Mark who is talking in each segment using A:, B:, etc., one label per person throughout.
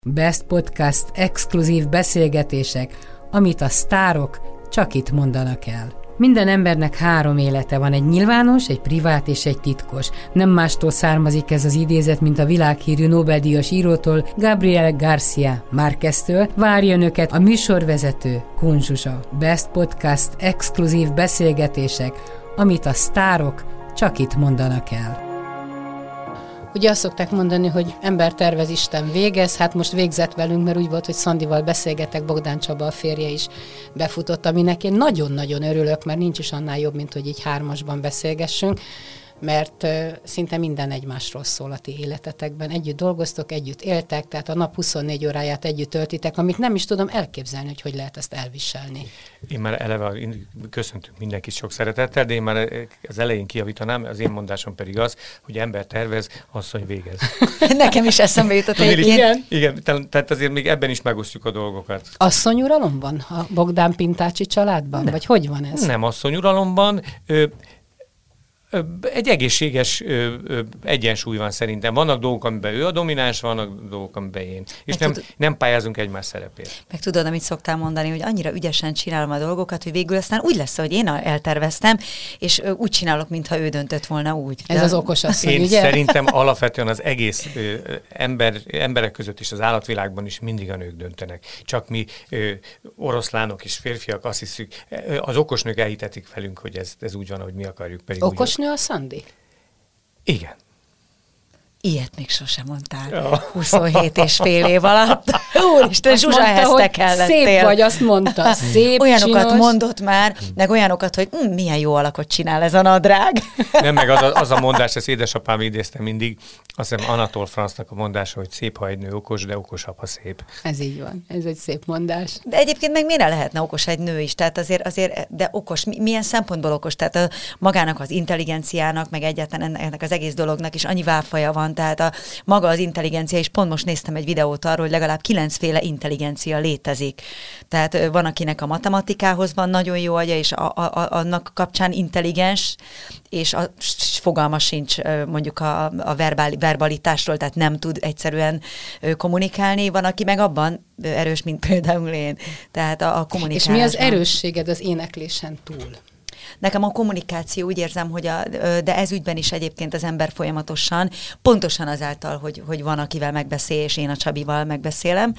A: Best Podcast exkluzív beszélgetések, amit a sztárok csak itt mondanak el. Minden embernek 3 élete van, egy nyilvános, egy privát és egy titkos. Nem mástól származik ez az idézet, mint a világhírű Nobel-díjas írótól, Gabriel García Márqueztől. Várja önöket a műsorvezető, Kun Zsuzsa. Best Podcast exkluzív beszélgetések, amit a sztárok csak itt mondanak el. Ugye azt szokták mondani, hogy ember tervez, Isten végez, hát most végzett velünk, mert úgy volt, hogy Szandival beszélgetek, Bogdán Csaba a férje is befutott, aminek én nagyon-nagyon örülök, mert nincs is annál jobb, mint hogy így 3-asban beszélgessünk, mert szinte minden egymásról szól a ti életetekben. Együtt dolgoztok, együtt éltek, tehát a nap 24 óráját együtt töltitek, amit nem is tudom elképzelni, hogy lehet ezt elviselni.
B: Én már eleve köszöntünk mindenkit sok szeretettel, de én már az elején kijavítanám, az én mondásom pedig az, hogy ember tervez, asszony végez.
C: Nekem is eszembe jutott
B: Igen, tehát azért még ebben is megosztjuk a dolgokat.
A: Asszonyuralom van a Bogdán Pintácsi családban? Vagy hogy van ez?
B: Nem asszonyuralom van, egy egészséges egyensúly van szerintem. Vannak dolgok, amiben ő a domináns, vannak dolgok, amiben én. És nem pályázunk egymás szerepét.
C: Meg tudod, amit szoktál mondani, hogy annyira ügyesen csinálom a dolgokat, hogy végül aztán úgy lesz, hogy én elterveztem, és úgy csinálok, mintha ő döntött volna úgy.
A: Ez az okos asszony,
B: én
A: ugye?
B: Szerintem alapvetően az egész emberek között is, az állatvilágban is mindig a nők döntenek. Csak mi oroszlánok és férfiak azt hiszük, az okos nők elhitetik velünk, hogy ez úgy van, ahogy mi akarjuk. Pedig
A: okos nő a Szandi?
B: Igen.
C: Ilyet még sosem mondtál. 27 és fél év alatt. Úristen, Zsuzsa Hesztek lettél.
A: Szép vagy, azt mondta. Szép,
C: olyanokat
A: csinos.
C: Mondott már, meg olyanokat, hogy milyen jó alakot csinál ez a nadrág.
B: Nem, meg az a mondás, ezt édesapám idézte mindig, azt hiszem Anatole Francnak a mondása, hogy szép, ha egy nő okos, de okosabb, ha szép.
A: Ez így van. Ez egy szép mondás.
C: De egyébként meg miért lehetne okos egy nő is? Tehát azért de okos, milyen szempontból okos? Tehát magának az intelligenciának, meg egyáltalán ennek az egész dolognak is annyi válfaja van, tehát maga az intelligencia, és pont most néztem egy videót arról, hogy legalább 9 féle intelligencia létezik. Tehát van, akinek a matematikához van nagyon jó agya, és annak kapcsán intelligens, és fogalma sincs mondjuk a verbalitásról, tehát nem tud egyszerűen kommunikálni. Van, aki meg abban erős, mint például én. Tehát a kommunikálásban.
A: És mi az erősséged az éneklésen túl?
C: Nekem a kommunikáció, úgy érzem, hogy de ez ügyben is egyébként az ember folyamatosan, pontosan azáltal, hogy van, akivel megbeszél, és én a Csabival megbeszélem,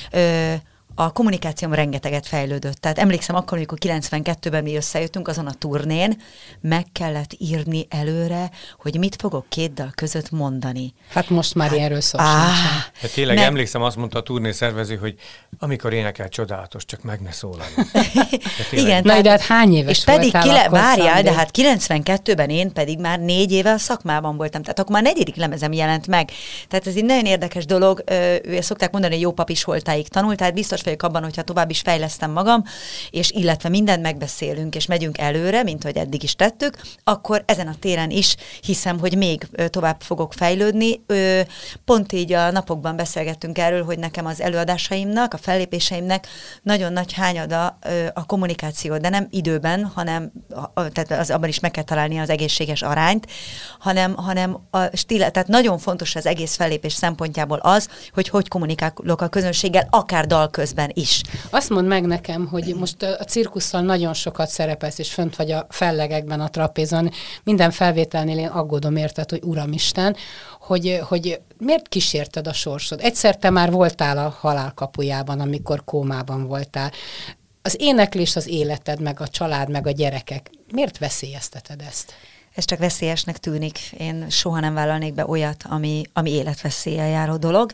C: a kommunikációm rengeteget fejlődött. Tehát emlékszem akkor, amikor 92-ben mi összejöttünk azon a turnén, meg kellett írni előre, hogy mit fogok 2 dal között mondani.
A: Hát most már erről szó sincsen.
B: Hát tényleg emlékszem, azt mondta a turné szervező, hogy amikor énekel, csodálatos, csak meg ne szólalj.
C: Igen.
A: Na, de hát hány éves
C: és pedig
A: várjál,
C: de hát 92-ben én pedig már 4 éve a szakmában voltam. Tehát akkor már 4. lemezem jelent meg. Tehát ez egy nagyon érdekes dolog. Szokták mondani, hogy jó pap is holtáig tanult, tehát biztos vagyok abban, hogyha tovább is fejlesztem magam, és illetve mindent megbeszélünk, és megyünk előre, mint hogy eddig is tettük, akkor ezen a téren is hiszem, hogy még tovább fogok fejlődni. Pont így a napokban beszélgettünk erről, hogy nekem az előadásaimnak, a fellépéseimnek nagyon nagy hányada a kommunikáció, de nem időben, hanem tehát abban is meg kell találni az egészséges arányt, hanem a stíl, tehát nagyon fontos az egész fellépés szempontjából az, hogy kommunikálok a közönséggel, akár dal közben is.
A: Azt mondd meg nekem, hogy most a cirkusszal nagyon sokat szerepelsz, és fönt vagy a fellegekben, a trapézon. Minden felvételnél én aggódom érted, hogy Uramisten, hogy miért kísérted a sorsod? Egyszer te már voltál a halál kapujában, amikor kómában voltál. Az éneklés, az életed, meg a család, meg a gyerekek. Miért veszélyezteted ezt?
C: Ez csak veszélyesnek tűnik. Én soha nem vállalnék be olyat, ami életveszéllyel járó dolog.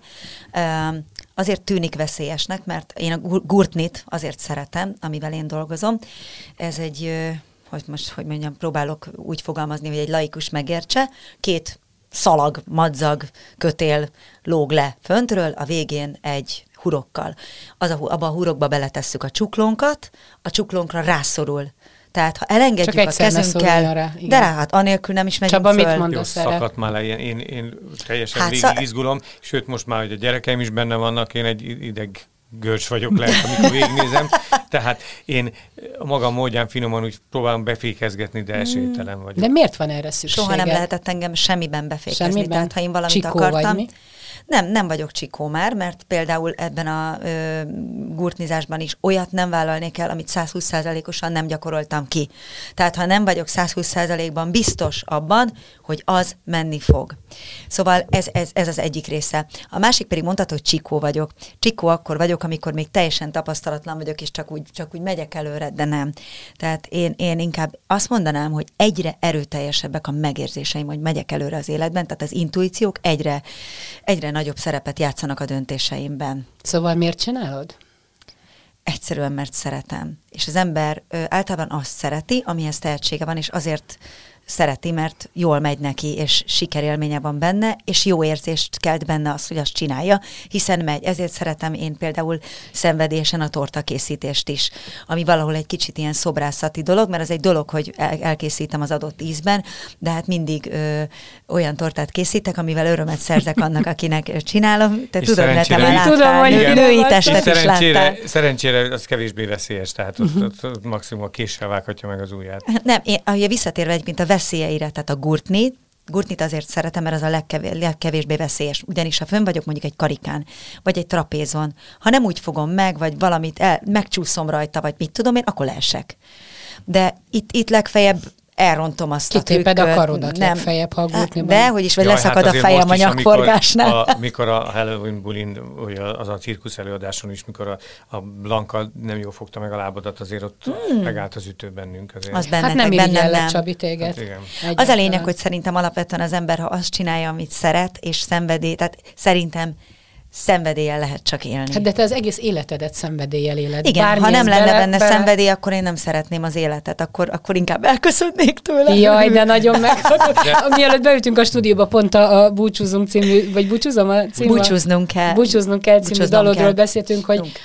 C: Azért tűnik veszélyesnek, mert én a Gurtnit azért szeretem, amivel én dolgozom. Ez egy, hogy mondjam, próbálok úgy fogalmazni, hogy egy laikus megértse. 2 szalag, madzag, kötél lóg le föntről, a végén egy hurokkal. Abba a hurokba beletesszük a csuklónkat, a csuklónkra rászorul. Tehát ha elengedjük a kezünkkel, de hát anélkül nem is megyünk
A: Csaba,
C: föl.
A: mit mondasz erre?
B: Szakadt már le, én teljesen végig izgulom, sőt most már, hogy a gyerekeim is benne vannak, én egy ideg görcs vagyok lehet, amikor végignézem. Tehát én a magam módján finoman úgy próbálom befékezgetni, de esélytelen vagyok.
A: De miért van erre szükséged?
C: Soha nem lehetett engem semmiben befékezni.
A: Semmiben?
C: Tehát ha én valamit
A: Csikó
C: akartam...
A: vagy mi?
C: Nem vagyok csikó már, mert például ebben a gurtnizásban is olyat nem vállalnék el, amit 120%-osan nem gyakoroltam ki. Tehát ha nem vagyok 120%-ban biztos abban, hogy az menni fog. Szóval ez az egyik része. A másik pedig mondhatod, hogy csikó vagyok. Csikó akkor vagyok, amikor még teljesen tapasztalatlan vagyok, és csak úgy megyek előre, de nem. Tehát én inkább azt mondanám, hogy egyre erőteljesebbek a megérzéseim, hogy megyek előre az életben, tehát az intuíciók egyre nagyobb szerepet játszanak a döntéseimben.
A: Szóval miért csinálod?
C: Egyszerűen, mert szeretem. És az ember általában azt szereti, amihez tehetsége van, és azért szereti, mert jól megy neki, és sikerélménye van benne, és jó érzést kelt benne az, hogy azt csinálja, hiszen megy. Ezért szeretem én például szenvedélyesen a tortakészítést is, ami valahol egy kicsit ilyen szobrászati dolog, mert az egy dolog, hogy elkészítem az adott ízben, de hát mindig olyan tortát készítek, amivel örömet szerzek annak, akinek csinálom. Te tudod, mert te már láttál, női testet is láttál.
B: Szerencsére az kevésbé veszélyes, tehát ott maximum a késsel vághatja meg az ujját.
C: Nem, én visszatérve egyébként a veszélyeire, tehát a gurtnit azért szeretem, mert az a legkevésbé veszélyes. Ugyanis ha fönn vagyok mondjuk egy karikán, vagy egy trapézon, ha nem úgy fogom meg, vagy valamit megcsúszom rajta, vagy mit tudom én, akkor leesek. De itt legfeljebb elrontom azt
A: kitéped a karodat legfeljebb, ha gurtni.
C: De, hogy is, vagy leszakad a fejem a nyakforgásnál.
B: Amikor a Halloween bulin, az a cirkusz előadáson is, mikor a Blanka nem jól fogta meg a lábadat, azért ott megállt az ütő bennünk. Azért.
C: Az bennem nem.
A: Csabi, téged.
B: Hát
C: az a lényeg, hogy szerintem alapvetően az ember, ha azt csinálja, amit szeret, és szenvedély, tehát szerintem szenvedéllyel lehet csak élni.
A: Hát de te az egész életedet szenvedéllyel éled.
C: Igen, ha nem lenne benne szenvedély, akkor én nem szeretném az életet, akkor inkább elköszönnék tőle.
A: Jaj, de nagyon meghatod. Mielőtt beütünk a stúdióba, pont a Búcsúzunk című, vagy búcsúzom a című?
C: Búcsúznunk kell.
A: Búcsúznunk kell című dalodról beszéltünk,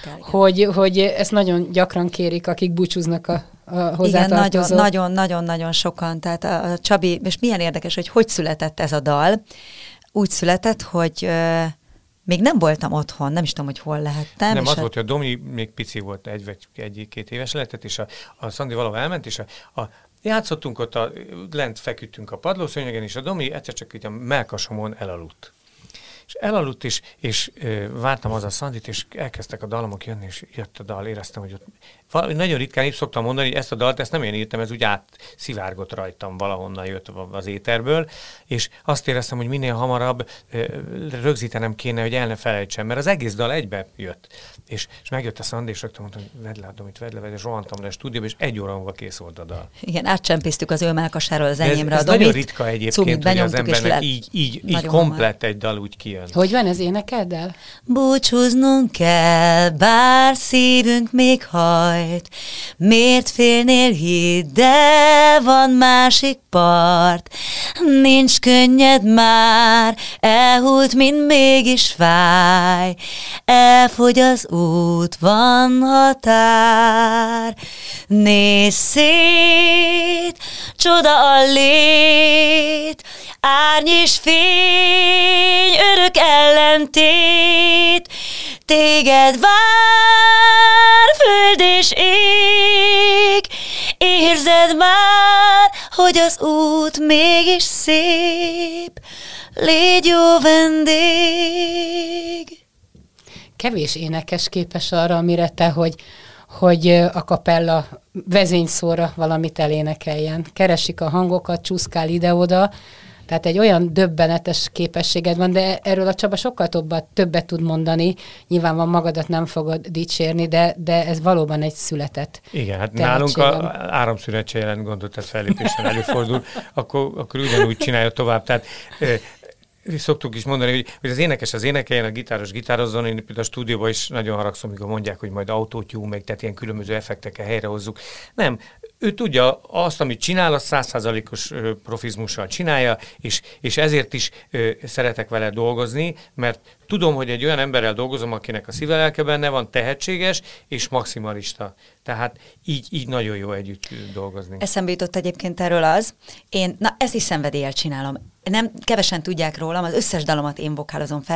A: hogy ezt nagyon gyakran kérik, akik búcsúznak a hozzátartozók.
C: Igen, nagyon-nagyon sokan. Tehát a Csabi, és milyen érdekes, hogy született ez a dal. Úgy született, hogy még nem voltam otthon, nem is tudom, hogy hol lehettem.
B: Nem, az volt, hogy a Domi még pici volt, egy-két éves lehetett, és a Szandi valahol elment, és játszottunk ott, lent feküdtünk a padlószőnyegen, és a Domi egyszer csak így a mellkasomon elaludt. És elaludt is, és vártam az a Szandit, és elkezdtek a dallamok jönni, és jött a dal, éreztem, hogy ott nagyon ritkán így szoktam mondani, hogy ezt a dalt, ezt nem én írtam, ez úgy átszivárgott rajtam, valahonnan jött az éterből, és azt éreztem, hogy minél hamarabb rögzítenem kéne, hogy el ne felejtsem, mert az egész dal egybe jött. És megjött a Szandi, és rögtön mondtam, hogy vedd le a Domit, és rohantam le a stúdióba, és 1 óra múlva kész volt a dal.
C: Igen, átcsempésztük az ő mellkasáról az enyémre
B: a
C: Domit.
B: Ez nagyon ritka egyébként, hogy az embernek így komplett egy dal úgy kijön.
A: Hogy van ez, énekeld el?
C: Búcsúznunk kell, bár szívünk még hajt, miért félnél, hidd el, van másik part, nincs könnyed már, elhult, mint mégis fáj, elfogy az út, van határ, nézz szét, csoda a lét, árny és fény, örök ellentét, téged vár, föld és ég, érzed már, hogy az út mégis szép, légy jó vendég.
A: Kevés énekes képes arra, amire te, hogy a kapella vezényszóra valamit elénekeljen. Keresik a hangokat, csúszkál ide-oda, tehát egy olyan döbbenetes képességed van, de erről a Csaba sokkal többet tud mondani. Nyilván magadat nem fogod dicsérni, de ez valóban egy született.
B: Igen, hát nálunk a áramszünet se jelent gondot, tehát fellépésen előfordul, akkor ugyanúgy csinálja tovább. Tehát szoktuk is mondani, hogy az énekes az énekeljen, a gitáros gitározzon, én például a stúdióban is nagyon haragszom, amikor mondják, hogy majd autótyú, meg tehát ilyen különböző effektekkel helyrehozzuk. Nem, ő tudja azt, amit csinál, azt 100%-os profizmussal csinálja, és ezért is szeretek vele dolgozni, mert tudom, hogy egy olyan emberrel dolgozom, akinek a szívelelke benne van, tehetséges és maximalista. Tehát így nagyon jó együtt dolgozni.
C: Eszembe jutott egyébként erről ezt is szenvedéllyel csinálom. Nem, kevesen tudják rólam, az összes dalomat én vokálozom fel, mert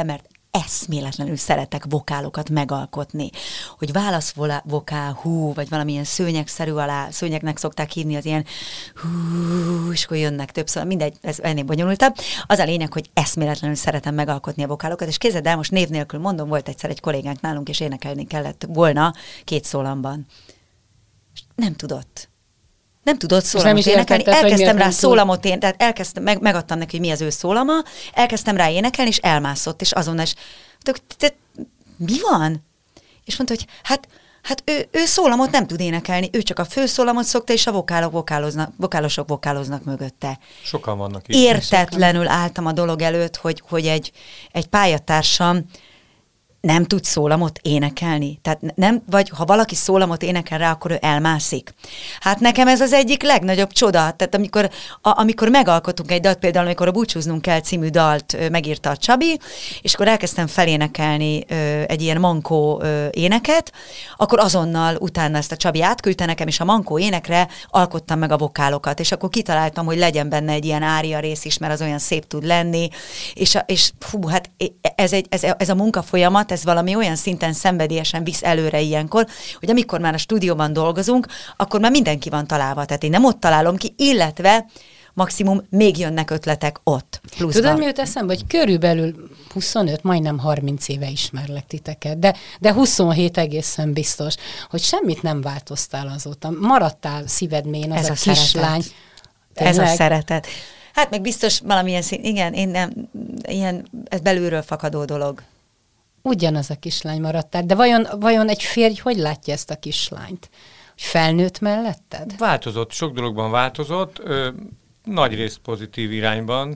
C: eszméletlenül szeretek vokálokat megalkotni. Hogy válaszvokál, hú, vagy valamilyen szőnyegszerű alá, szőnyegnek szokták hívni az ilyen hú, és akkor jönnek többször, mindegy, ez ennél bonyolultabb. Az a lényeg, hogy eszméletlenül szeretem megalkotni a vokálokat, és képzeld el, most név nélkül mondom, volt egyszer egy kollégánk nálunk, és énekelni kellett volna 2 szólamban. És nem tudott szólamot énekelni, elkezdtem rá szólamot énekelni, tehát elkezdtem, megadtam neki, hogy mi az ő szólama, elkezdtem rá énekelni, és elmászott, és azonnal is, mi van? És mondta, hogy hát ő szólamot nem tud énekelni, ő csak a főszólamot szokta, és a vokálosok vokáloznak mögötte.
B: Sokan vannak így.
C: Értetlenül álltam a dolog előtt, hogy egy pályatársam nem tud szólamot énekelni. Tehát nem, vagy ha valaki szólamot énekel rá, akkor ő elmászik. Hát nekem ez az egyik legnagyobb csoda. Tehát amikor megalkotunk egy dalt, például amikor a Búcsúznunk kell című dalt megírta a Csabi, és akkor elkezdtem felénekelni egy ilyen mankó éneket, akkor azonnal utána ezt a Csabi átküldte nekem, és a mankó énekre alkottam meg a vokálokat, és akkor kitaláltam, hogy legyen benne egy ilyen ária rész is, mert az olyan szép tud lenni, és hú, hát ez a munkafolyamat, ez valami olyan szinten szenvedélyesen visz előre ilyenkor, hogy amikor már a stúdióban dolgozunk, akkor már mindenki van találva. Tehát én nem ott találom ki, illetve maximum még jönnek ötletek ott. Pluszban.
A: Tudod, mi jut eszembe, hogy körülbelül 25, majdnem 30 éve ismerlek titeket, de 27 egészen biztos, hogy semmit nem változtál azóta. Maradtál szíved mélyén az a kislány.
C: Ez a szeretet. Hát meg biztos valamilyen igen, én nem, ilyen, ez belülről fakadó dolog.
A: Ugyanaz a kislány maradtál, de vajon egy férj hogy látja ezt a kislányt? Hogy felnőtt melletted?
B: Változott, sok dologban változott, nagyrészt pozitív irányban,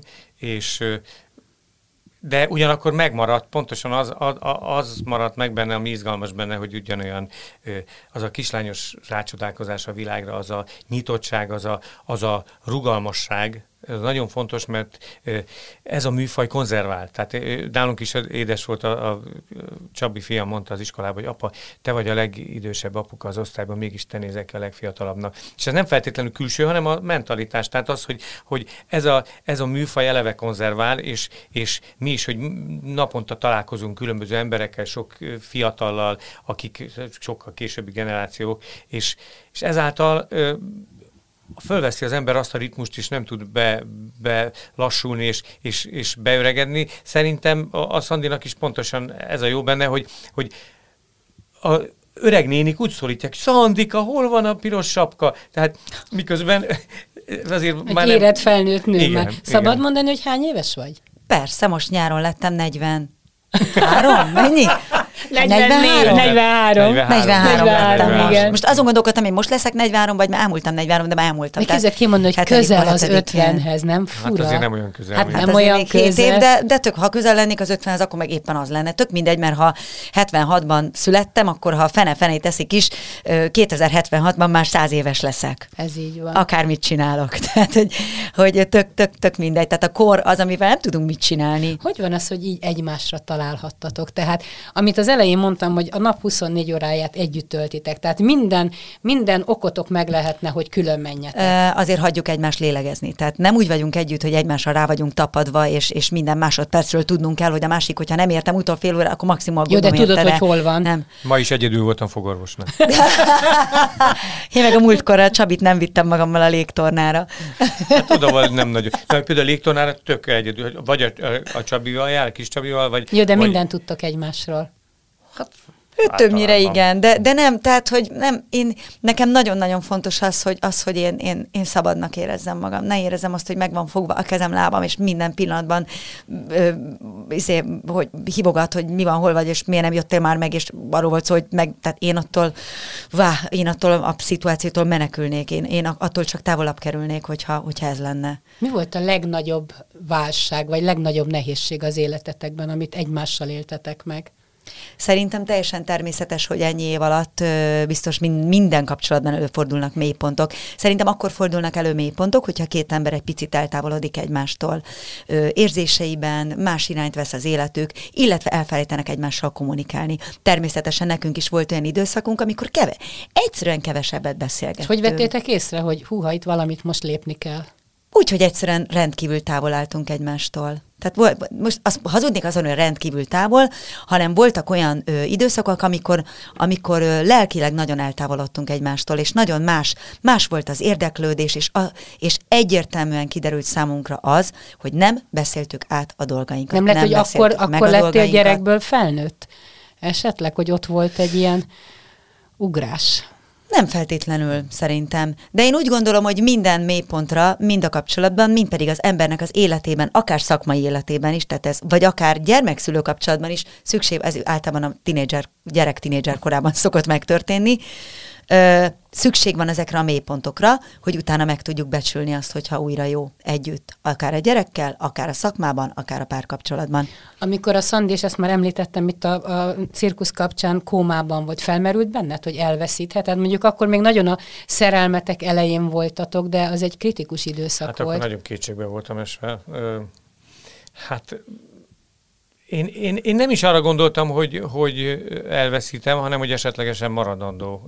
B: de ugyanakkor megmaradt, pontosan az maradt meg benne, ami izgalmas benne, hogy ugyanolyan az a kislányos rácsodálkozás a világra, az a nyitottság, az a rugalmasság, ez nagyon fontos, mert ez a műfaj konzervál. Tehát nálunk is édes volt, a Csabi fiam mondta az iskolában, hogy apa, te vagy a legidősebb apuka az osztályban, mégis te nézek ki a legfiatalabbnak. És ez nem feltétlenül külső, hanem a mentalitás. Tehát az, hogy ez a műfaj eleve konzervál, és mi is, hogy naponta találkozunk különböző emberekkel, sok fiatallal, akik sokkal későbbi generációk, és ezáltal fölveszi az ember azt a ritmust, és nem tud belassulni és beöregedni. Szerintem a Szandinak is pontosan ez a jó benne, hogy a öreg nénik úgy szólítják, Szandika, hol van a piros sapka? Tehát miközben azért
A: egy már érett felnőtt nő.
B: Igen,
A: szabad
B: igen.
A: mondani, hogy hány éves vagy?
C: Persze, most nyáron lettem 43. Mennyi?
A: 43
C: lettem.
A: Igen.
C: Most azon gondolkodtam, hogy most leszek 43, vagy már elmúltam 43, de már elmúltam.
A: Még kezdett kimondani, hogy közel az 50-hez, nem fura?
B: Hát azért nem olyan közel.
A: Hát nem
C: Hát
A: olyan közel.
C: év, de tök, ha közel lennék az 50-hez, akkor meg éppen az lenne. Tök mindegy, mert ha 76-ban születtem, akkor ha fene-fenét teszik is, 2076-ban már 100 éves leszek.
A: Ez így van.
C: Akármit csinálok. Tehát, hogy tök mindegy. Tehát a kor az, amivel nem tudunk mit csinálni.
A: Hogy van az, hogy így egymásra találhattatok? Tehát, amit az elején mondtam, hogy a nap 24 óráját együtt töltitek. Tehát minden okotok meg lehetne, hogy külön menjetek.
C: Azért hagyjuk egymást lélegezni. Tehát nem úgy vagyunk együtt, hogy egymásra rá vagyunk tapadva, és minden másodpercről tudnunk kell, hogy a másik, hogyha nem értem utol fél óra, akkor maximum aggódom.
A: Jó, de tudod, hogy hol van.
C: Nem.
B: Ma is egyedül voltam fogorvosnak.
C: Én meg a múltkor a Csabit nem vittem magammal a légtornára.
B: Hát oda nem nagyon. De például a légtornára tök egyedül, vagy a Csabival jár, a kis Csabival, vagy...
A: Jó, de mindent tudtok egymásról.
B: Hát,
C: Többnyire igen, de nem, tehát, hogy nem, nekem nagyon-nagyon fontos az, hogy én szabadnak érezzem magam. Ne érezzem azt, hogy meg van fogva a kezem, lábam, és minden pillanatban hogy hívogat, hogy mi van, hol vagy, és miért nem jöttél már meg, és arról volt szó, hogy tehát én attól a szituációtól menekülnék, én attól csak távolabb kerülnék, hogyha ez lenne.
A: Mi volt a legnagyobb válság, vagy legnagyobb nehézség az életetekben, amit egymással éltetek meg?
C: Szerintem teljesen természetes, hogy ennyi év alatt biztos minden kapcsolatban előfordulnak mélypontok. Szerintem akkor fordulnak elő mélypontok, hogyha két ember egy picit eltávolodik egymástól. Érzéseiben más irányt vesz az életük, illetve elfelejtenek egymással kommunikálni. Természetesen nekünk is volt olyan időszakunk, amikor egyszerűen kevesebbet beszélgettünk.
A: És hogy vettétek észre, hogy húha, itt valamit most lépni kell?
C: Úgy, hogy egyszerűen rendkívül távol álltunk egymástól. Tehát most azt hazudnék azon, hogy rendkívül távol, hanem voltak olyan időszakok, amikor lelkileg nagyon eltávolodtunk egymástól, és nagyon más volt az érdeklődés, és egyértelműen kiderült számunkra az, hogy nem beszéltük át a dolgainkat.
A: Nem lehet, hogy akkor lettél gyerekből felnőtt? Esetleg, hogy ott volt egy ilyen ugrás?
C: Nem feltétlenül, szerintem. De én úgy gondolom, hogy minden mélypontra, mind a kapcsolatban, mind pedig az embernek az életében, akár szakmai életében is, tehát ez, vagy akár gyermekszülő kapcsolatban is szükség, ez általában a gyerek-tinédzser korában szokott megtörténni, szükség van ezekre a mélypontokra, hogy utána meg tudjuk becsülni azt, hogyha újra jó együtt. Akár a gyerekkel, akár a szakmában, akár a párkapcsolatban.
A: Amikor a Szandi, és ezt már említettem itt a cirkusz kapcsán, kómában volt, felmerült benned, hogy elveszítheted? Mondjuk akkor még nagyon a szerelmetek elején voltatok, de az egy kritikus időszak volt.
B: Hát akkor nagyon kétségbe voltam esve. Én nem is arra gondoltam, hogy elveszítem, hanem hogy esetlegesen maradandó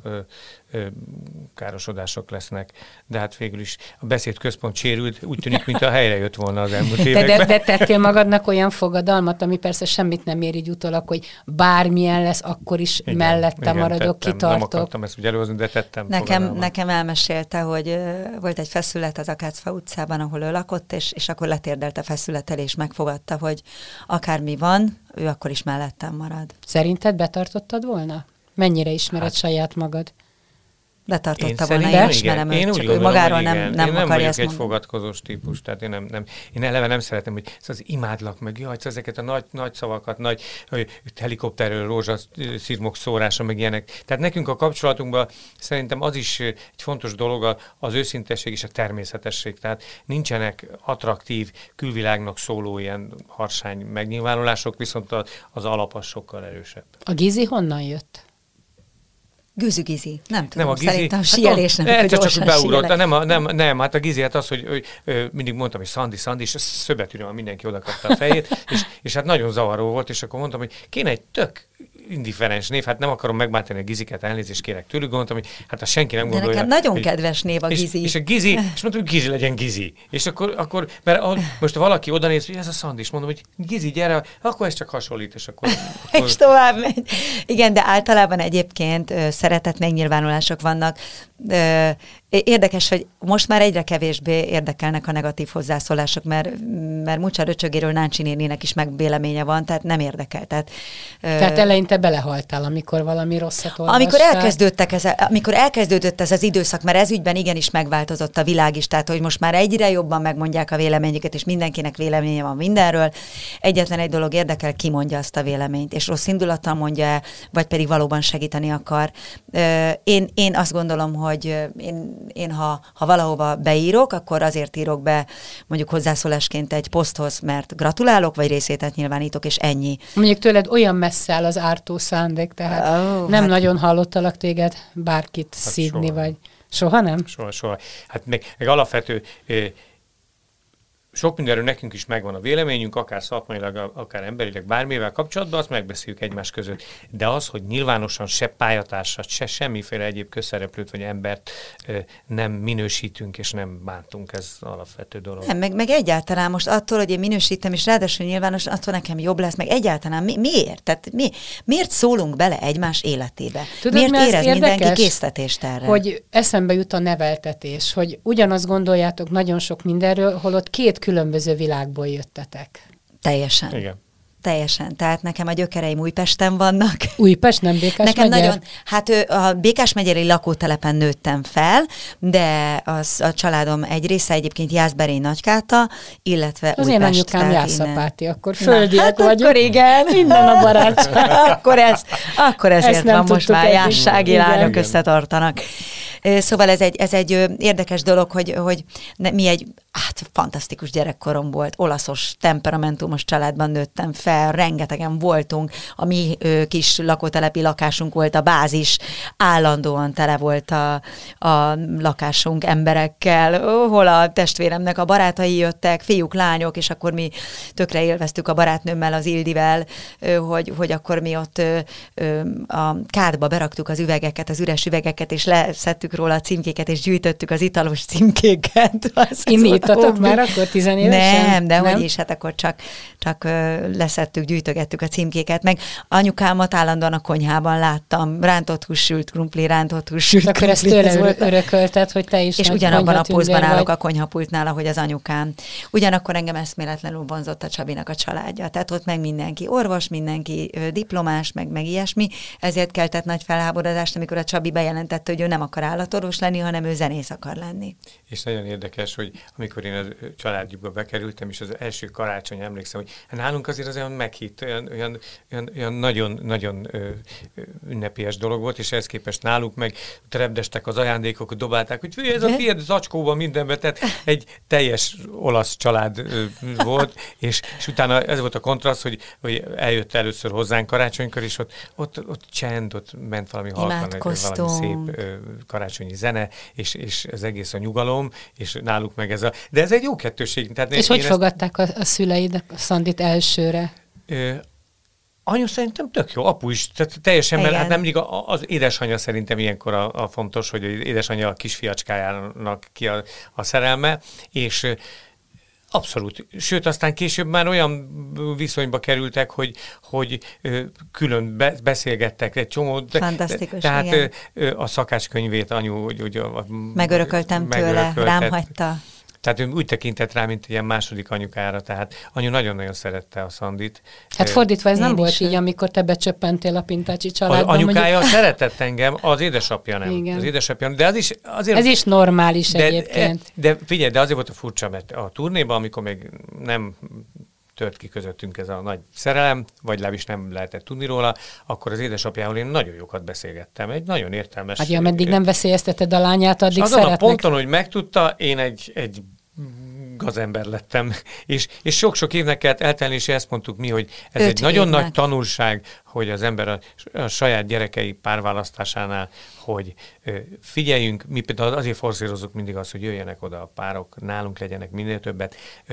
B: károsodások lesznek. De hát végül is a beszédközpont sérült, úgy tűnik, mint a helyre jött volna az elmúlt években.
A: De tettél magadnak olyan fogadalmat, ami persze semmit nem ér így utólag, hogy bármilyen lesz, akkor is mellette maradok, kitartok.
B: Nem akartam ezt úgy előhozni, de tettem.
C: Nekem elmesélte, hogy volt egy feszület az Akácfa utcában, ahol ő lakott, és akkor letérdelt a feszület elé, és megfogadta, hogy akármi van, ő akkor is mellettem marad.
A: Szerinted betartottad volna? Mennyire ismered saját magad?
C: Betartotta volna, én ismerem őt, csak ő magáról nem akarja ezt mondani.
B: Én nem vagyok egy fogadkozós típus, tehát én eleve nem szeretem, hogy az imádlak meg, jaj, ezeket a nagy szavakat, nagy helikopterről rózsaszirmok szórása, meg ilyenek. Tehát nekünk a kapcsolatunkban szerintem az is egy fontos dolog az őszintesség és a természetesség. Tehát nincsenek attraktív, külvilágnak szóló ilyen harsány megnyilvánulások, viszont az alap az sokkal erősebb.
A: A Gizi honnan jött?
C: Gőzü-Gizi. Nem tudom,
B: nem, a Gizi,
C: szerintem síelés nem, hogy
B: csak beugrott. Nem, hát a Gizi, hát az, hogy mindig mondtam, hogy Szandi, és szöbetűnően mindenki odakapta a fejét, és hát nagyon zavaró volt, és akkor mondtam, hogy kéne egy tök indifferens név, hát nem akarom megbántani a Giziket, elnézést kérek tőlük, gondoltam, hogy hát ha senki nem gondolja.
C: De nekem nagyon kedves név a Gizi.
B: És a Gizi, és mondtam, hogy Gizi legyen Gizi. És akkor mert most valaki odanéz, hogy ez a Szandi, és mondom, hogy Gizi, gyere, akkor ez csak hasonlít, és akkor...
C: És tovább megy. Igen, de általában egyébként szeretett megnyilvánulások vannak. Érdekes, hogy most már egyre kevésbé érdekelnek a negatív hozzászólások, mert Mucsa Röcsögéről Náncsi néninek is megvéleménye van, tehát nem érdekel.
A: Tehát eleinte belehaltál, amikor valami rosszat olvastál.
C: Amikor elkezdődött ez az időszak, mert ez ügyben igenis megváltozott a világ is, tehát hogy most már egyre jobban megmondják a véleményüket, és mindenkinek véleménye van mindenről. Egyetlen egy dolog érdekel, ki mondja azt a véleményt, és rossz indulattal mondja, vagy pedig valóban segíteni akar. Én azt gondolom, hogy én ha valahova beírok, akkor azért írok be mondjuk hozzászólásként egy poszthoz, mert gratulálok, vagy részvételt nyilvánítok, és ennyi.
A: Mondjuk tőled olyan messze áll az ártó szándék, tehát nem nagyon hallottalak téged bárkit szídni, vagy soha nem?
B: Soha. Hát meg alapvető sok mindenről nekünk is megvan a véleményünk, akár szakmailag, akár emberileg, bármivel kapcsolatban, azt megbeszéljük egymás között. De az, hogy nyilvánosan se pályatársat, se semmiféle egyéb közszereplőt vagy embert nem minősítünk és nem bántunk, ez alapvető dolog.
C: Nem, meg egyáltalán most attól, hogy én minősítem, és ráadásul nyilvánosan, attól nekem jobb lesz, meg egyáltalán miért? Tehát miért szólunk bele egymás életébe?
A: Tudod,
C: miért érez mindenki késztetést erre?
A: Hogy eszembe jut a neveltetés, hogy ugyanazt gondoljátok nagyon sok mindenről, holott két különböző világból jöttetek.
C: Teljesen.
B: Igen.
C: Teljesen. Tehát nekem a gyökereim Újpesten vannak.
A: Újpest, nem Békás
C: nekem
A: megyer?
C: Nagyon, hát a Békás megyeri lakótelepen nőttem fel, de a családom egy része egyébként Jászberény Nagykáta, illetve
A: az
C: Újpest.
A: Az én anyukám Jászapáti, akkor földiek
C: hát
A: vagyunk.
C: Akkor igen.
A: Innen a barátság.
C: akkor ezért van most már jássági lányok
B: igen.
C: Összetartanak. Szóval ez egy érdekes dolog, hogy mi egy fantasztikus gyerekkorom volt, olaszos, temperamentumos családban nőttem fel, rengetegen voltunk, a mi kis lakótelepi lakásunk volt a bázis, állandóan tele volt a lakásunk emberekkel, hol a testvéremnek a barátai jöttek, fiúk, lányok, és akkor mi tökre élveztük a barátnőmmel, az Ildivel, hogy akkor mi ott a kádba beraktuk az üvegeket, az üres üvegeket, és leszettük róla a címkéket, és gyűjtöttük az italos címkéket.
A: Inni Tudtatok már akkor 10 évesen?
C: Nem, hogy is, hát akkor csak leszettük, gyűjtögettük a címkéket, meg anyukámat állandóan a konyhában láttam, rántott hússült krumpli, rántott hússült
A: krumpli. Akkor ezt tőle örökölted, hogy te is.
C: És ugyanabban a pózban állok a konyhapultnál, ahogy az anyukám. Ugyanakkor engem eszméletlenül vonzott a Csabinak a családja. Tehát ott meg mindenki orvos, mindenki diplomás, meg ilyesmi, ezért keltett nagy felháborodást, amikor a Csabi bejelentette, hogy ő nem akar állatorvos lenni, hanem ő zenész akar lenni.
B: És nagyon érdekes, hogy amikor én a családjukba bekerültem, és az első karácsony, emlékszem, hogy nálunk azért az olyan meghitt, olyan nagyon ünnepélyes dolog volt, és ehhez képest náluk meg repdestek az ajándékok, dobálták, hogy ez a tiéd zacskóban mindenbe, tehát egy teljes olasz család volt, és utána ez volt a kontraszt, hogy eljött először hozzánk karácsonykor, és ott csend, ott ment valami halkan, valami szép karácsonyi zene, és az egész a nyugalom, és náluk meg ez a... De ez egy jó kettőség. Tehát
A: és hogy fogadták a szüleid a Szandit elsőre?
B: Anyu szerintem tök jó, apu is, tehát teljesen, mert hát nem mindig az édesanyja szerintem ilyenkor a fontos, hogy az édesanyja a kisfiacskájának ki a szerelme, és abszolút. Sőt, aztán később már olyan viszonyba kerültek, hogy külön beszélgettek egy csomó.
C: Fantasztikus,
B: tehát
C: igen.
B: A szakácskönyvét anyu...
C: Megörököltem tőle, rám hagyta.
B: Tehát ő úgy tekintett rá, mint ilyen második anyukára, tehát anyu nagyon-nagyon szerette a Szandit.
A: Hát fordítva ez nem volt így, amikor te becsöppentél a Pintácsi családban.
B: Az anyukája szeretett engem, az édesapja nem.
A: Igen.
B: Az édesapja, de az is azért...
A: Ez is normális egyébként.
B: De figyelj, de azért volt a furcsa, mert a turnéban, amikor még nem tört ki közöttünk ez a nagy szerelem, vagy legalábbis nem lehetett tudni róla, akkor az édesapjával én nagyon jókat beszélgettem. Egy nagyon értelmes...
A: Hát ameddig nem veszélyezteted a lányát, addig
B: azon
A: szeretnek.
B: A ponton, hogy megtudta, én egy gazember lettem. És sok-sok évnek kellett eltelni, és ezt mondtuk mi, hogy ez egy nagyon nagy tanulság, hogy az ember a saját gyerekei párválasztásánál, hogy figyeljünk, mi például azért forszírozzuk mindig azt, hogy jöjjenek oda a párok, nálunk legyenek minél többet,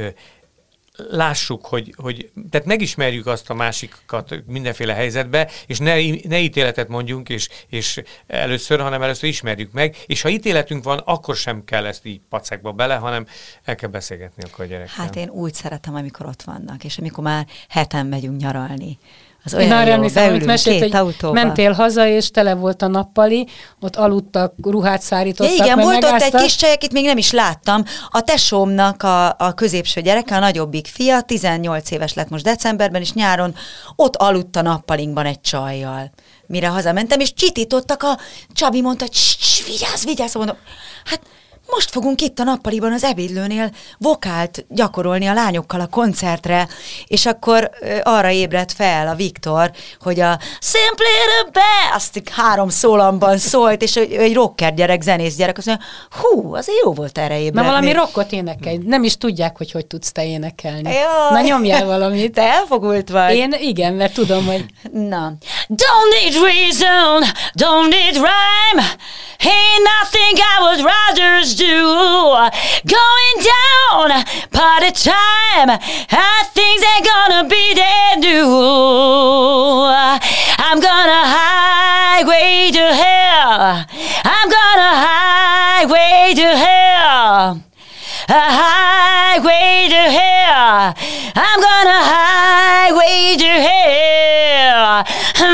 B: lássuk, hogy tehát megismerjük azt a másikat mindenféle helyzetbe, és ne ítéletet mondjunk, és először, hanem először ismerjük meg, és ha ítéletünk van, akkor sem kell ezt így pacekba bele, hanem el kell beszélgetni akkor a gyerekkel.
C: Hát én úgy szeretem, amikor ott vannak, és amikor már heten megyünk nyaralni. Az
A: én arra emlékszem,
C: amit
A: mesélt, hogy mentél haza, és tele volt a nappali, ott aludtak, ruhát szárítottak.
C: Ja, igen, volt ott egy kis csaj, akit még nem is láttam. A tesómnak a középső gyereke, a nagyobbik fia, 18 éves lett most decemberben, és nyáron ott aludt a nappalinkban egy csajjal. Mire hazamentem, és csitítottak, Csabi mondta, hogy vigyázz, mondom, hát most fogunk itt a nappaliban az ebédlőnél vokált gyakorolni a lányokkal a koncertre, és akkor arra ébredt fel a Viktor, hogy a Simply the Best 3 szólamban szólt, és egy rocker gyerek, zenész gyerek, azt mondja, hú, azért jó volt erre ébredni.
A: Na valami rockot énekelj, nem is tudják, hogy tudsz te énekelni.
C: Jaj.
A: Na nyomjál valamit.
C: Te elfogult vagy.
A: Én igen, mert tudom, hogy...
C: Na. Don't need reason, don't need rhyme, ain't nothing I would rather do. Going down, party time, I think they're gonna be there new. I'm gonna highway to hell, I'm gonna highway to hell, a highway to hell, I'm gonna highway to hell.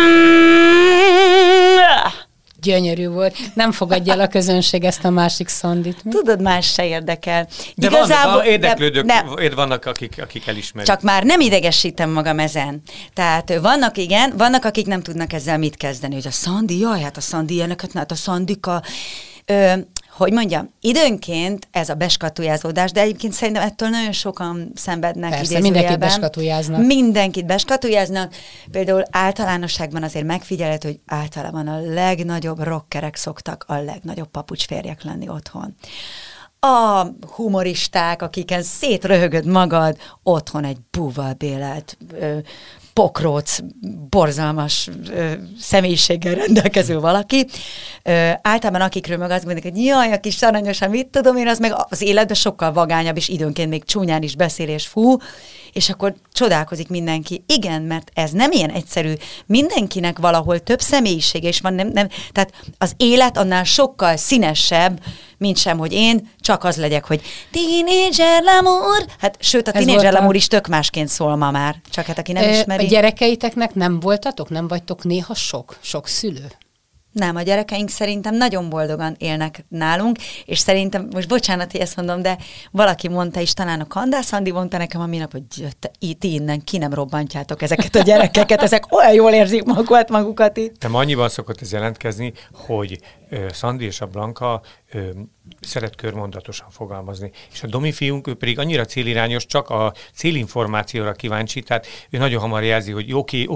A: Gyönyörű volt. Nem fogadja el a közönség ezt a másik Szandit.
C: Tudod, más se érdekel.
B: De igazából érdeklődők vannak, akik elismerik.
C: Csak már nem idegesítem magam ezen. Tehát vannak, akik nem tudnak ezzel mit kezdeni, hogy a Szandi, jaj, hát a Szandi ilyeneket, hát a Szandika... hogy mondjam, időnként ez a beskatujázódás, de egyébként szerintem ettől nagyon sokan szenvednek.
A: Persze, mindenkit beskatujáznak.
C: Mindenkit beskatujáznak. Például általánosságban azért megfigyelhető, hogy általában a legnagyobb rockerek szoktak a legnagyobb papucsférjek lenni otthon. A humoristák, akiken szétröhögöd magad, otthon egy búvalbélet, pokróc, borzalmas személyiséggel rendelkező valaki. Általában akikről meg azt mondják, hogy jaj, a kis aranyosan, mit tudom én, az meg az életben sokkal vagányabb, és időnként még csúnyán is beszél és fú, és akkor csodálkozik mindenki. Igen, mert ez nem ilyen egyszerű. Mindenkinek valahol több személyisége is van, nem, tehát az élet annál sokkal színesebb, mint sem, hogy én csak az legyek, hogy Teenager Lamour. Hát sőt, a Teenager Lamour is tök másként szól ma már. Csak hát aki nem ismeri.
A: A gyerekeiteknek nem voltatok? Nem vagytok néha sok szülő?
C: Nem, a gyerekeink szerintem nagyon boldogan élnek nálunk, és szerintem, most bocsánat, hogy ezt mondom, de valaki mondta is, talán a Kandász Andi mondta nekem a minap, hogy ti innen ki nem robbantjátok ezeket a gyerekeket, ezek olyan jól érzik magukat itt.
B: Nem, annyiban szokott ez jelentkezni, hogy Szandi és a Blanka szeret körmondatosan fogalmazni. És a Domi fiunk, ő pedig annyira célirányos, csak a célinformációra kíváncsi, tehát ő nagyon hamar jelzi, hogy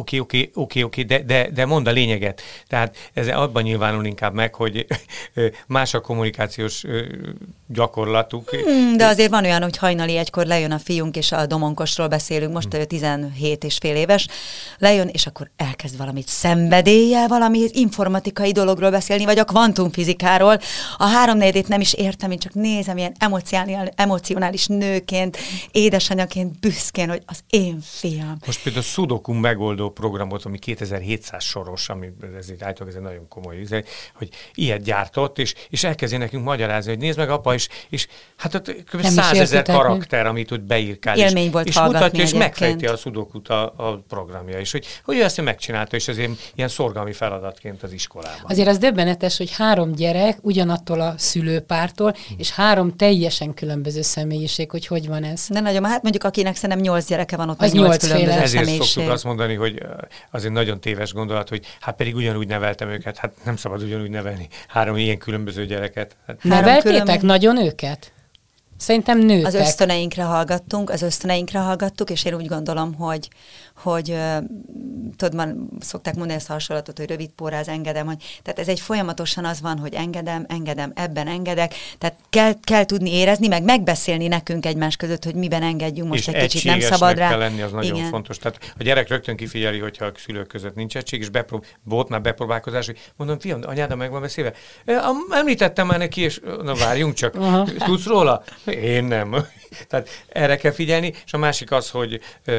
B: oké, de mondd a lényeget. Tehát ez abban nyilvánul inkább meg, hogy más a kommunikációs gyakorlatuk.
C: De azért van olyan, hogy hajnali egykor lejön a fiunk, és a Domonkosról beszélünk, most 17 és fél éves, lejön, és akkor elkezd valamit szenvedéllyel, valami informatikai dologról beszélni, vagy a kvantumfizikáról. A 3/4-ét nem is értem, én csak nézem ilyen emocionális nőként, édesanyaként büszkén, hogy az én fiam.
B: Most például a Sudoku megoldó programot, ami 2700 soros, ami ez egy nagyon komoly íze, hogy ilyet gyártott, és elkezdi nekünk magyarázni, hogy nézd meg, apa, és hát ott kb. 100 000 karakter, amit ott beírkál.
C: Élmény volt
B: és
C: hallgatni
B: mutatja, és
C: egyébként.
B: megfejti a Sudokut a programja is, hogy ő ezt megcsinálta, és ezért ilyen szorgalmi feladatként az iskolában.
A: Azért az döbbenetes, hogy 3 gyerek ugyanattól a szülőpártól, és 3 teljesen különböző személyiség, hogy van ez.
C: De nagyon, hát mondjuk akinek szerintem 8 gyereke van, ott
A: az
C: 8
A: 8
C: különböző
A: féle.
B: Ezért
C: személyiség.
B: szoktuk azt mondani, hogy azért nagyon téves gondolat, hogy hát pedig ugyanúgy neveltem őket, hát nem szabad ugyanúgy nevelni 3 ilyen különböző gyereket. Hát.
A: Neveltétek nagyon őket? Szerintem nőtek.
C: Az ösztöneinkre hallgattuk, és én úgy gondolom, hogy tudod, szokták mondani ezt a hasonlatot, hogy rövid póráz, engedem, hogy tehát ez egy folyamatosan az van, hogy engedem, ebben engedek, tehát kell tudni érezni, meg megbeszélni nekünk egymás között, hogy miben engedjünk, most
B: és
C: egy kicsit nem szabad rá.
B: kell lenni, az nagyon
C: Igen.
B: fontos. Tehát a gyerek rögtön kifigyeli, hogyha a szülők között nincs egység, és volt már bepróbálkozás, hogy mondom, fiam, anyáddal meg van beszélve. Említettem már neki, és na várjunk csak, tudsz róla? Én nem. Tehát erre kell figyelni, és a másik az, hogy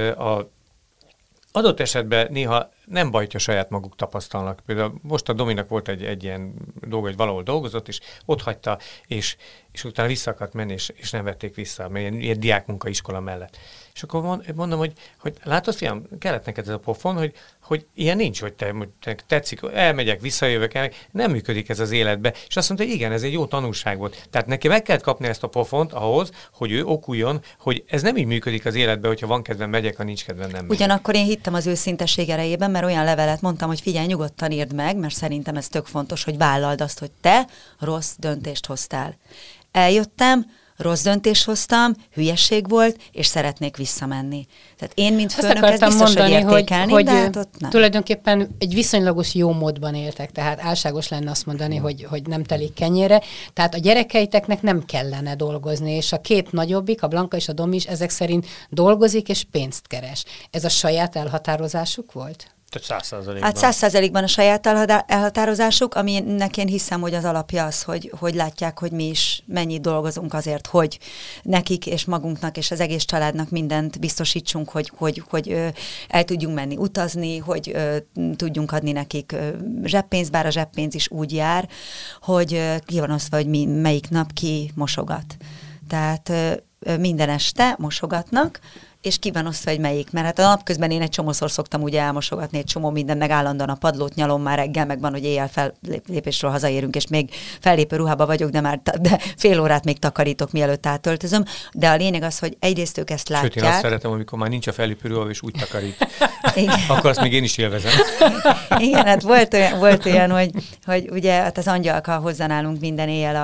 B: adott esetben néha nem baj, hogyha saját maguk tapasztalnak. Például most a Dominak volt egy ilyen dolga, hogy valahol dolgozott, és ott hagyta, és utána vissza akart menni, és nem vették vissza, mert ilyen diákmunkaiskola mellett. És akkor mondom, hogy látod, fiam, kellett neked ez a pofon, hogy ilyen nincs, hogy te tetszik, elmegyek, visszajövök, nem működik ez az életbe. És azt mondta, hogy igen, ez egy jó tanulság volt. Tehát neki meg kellett kapni ezt a pofont ahhoz, hogy ő okuljon, hogy ez nem így működik az életbe, hogyha van kedvem megyek, ha nincs kedvem nem megyek.
C: Ugyanakkor én hittem az őszintesség erejében, mert olyan levelet mondtam, hogy figyelj, nyugodtan írd meg, mert szerintem ez tök fontos, hogy vállald azt, hogy te rossz döntést hoztál. Eljöttem, rossz döntést hoztam, hülyesség volt, és szeretnék visszamenni. Tehát én, mint főnök, ezt biztos, mondani, hogy értékelni, hogy de hát ott nem.
A: Tulajdonképpen egy viszonylagos jó módban éltek, tehát álságos lenne azt mondani, hogy nem telik kenyére. Tehát a gyerekeiteknek nem kellene dolgozni, és a 2 nagyobbik, a Blanka és a Domi is ezek szerint dolgozik és pénzt keres. Ez a saját elhatározásuk volt?
B: Tehát 100%-ban.
C: Hát 100%-ban a saját elhatározásuk, aminek én hiszem, hogy az alapja az, hogy látják, hogy mi is mennyit dolgozunk azért, hogy nekik és magunknak és az egész családnak mindent biztosítsunk, hogy el tudjunk menni utazni, hogy tudjunk adni nekik zseppénzt, bár a zseppénz is úgy jár, hogy ki van osztva, hogy melyik nap ki mosogat. Tehát minden este mosogatnak, és ki van osztva, hogy melyik. Mert hát a napközben én egy csomószor szoktam ugye elmosogatni egy csomó minden, meg állandóan a padlót nyalom már reggel, meg van, hogy éjjel fellépésről hazaérünk, és még fellépő ruhába vagyok, de fél órát még takarítok, mielőtt átöltözöm. De a lényeg az, hogy egyrészt ők ezt látják.
B: Sőt, én azt szeretem, amikor már nincs a fellépő ruha, és úgy takarít. Akkor azt még én is élvezem.
C: Igen, hát volt olyan, hogy ugye hát az angyalka hozzá nálunk minden éjjel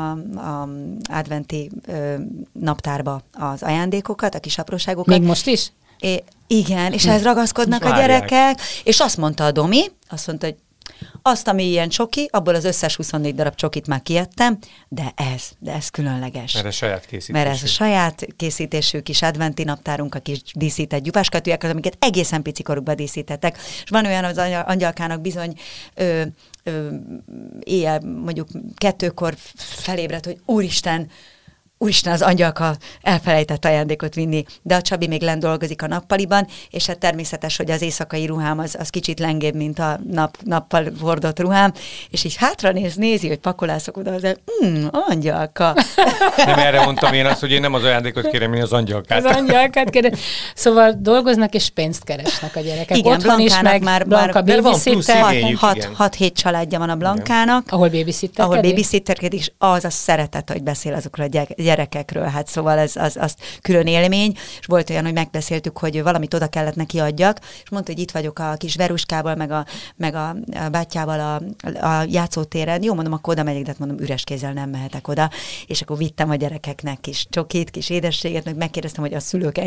C: a adventi naptárba az ajándékokat, a kis apróságokat.
A: Még most is?
C: Igen, és ehhez ragaszkodnak a gyerekek, és azt mondta a Domi, azt mondta, hogy azt, ami ilyen csoki, abból az összes 24 darab csokit már kiettem, de ez különleges.
B: Mert ez saját készítésű.
C: Mert ez a saját készítésű kis adventi naptárunk, a kis díszített gyupáskatűek, amiket egészen picikorukban díszítettek. És van olyan, az angyalkának bizony éjjel mondjuk 2-kor felébredt, hogy úristen, úristen, az angyalka elfelejtett ajándékot vinni, de a Csabi még lent dolgozik a nappaliban, és hát természetes, hogy az éjszakai ruhám az kicsit lengébb, mint a nappal hordott ruhám, és így hátra nézi, hogy pakolászok oda, az angyalka.
B: Nem erre mondtam én azt, hogy én nem az ajándékot kérem, én az angyalkát.
A: Az angyalkát kérem. Szóval dolgoznak és pénzt keresnek a gyerekek.
C: Igen,
A: otthon is, meg Blanka babysitter.
C: 6-7 családja van a Blankának.
A: Igen. Ahol babysitterkedik,
C: és az a szeretet, hogy beszél azokról a gyerekekről. Hát szóval ez az külön élmény, és volt olyan, hogy megbeszéltük, hogy valamit oda kellett neki adjak, és mondta, hogy itt vagyok a kis Veruskával, meg a bátyjával a játszótéren. Jó, mondom, akkor oda megyek, de mondom, üres kézzel nem mehetek oda. És akkor vittem a gyerekeknek kis csokit, kis édességet, meg megkérdeztem, hogy a szülők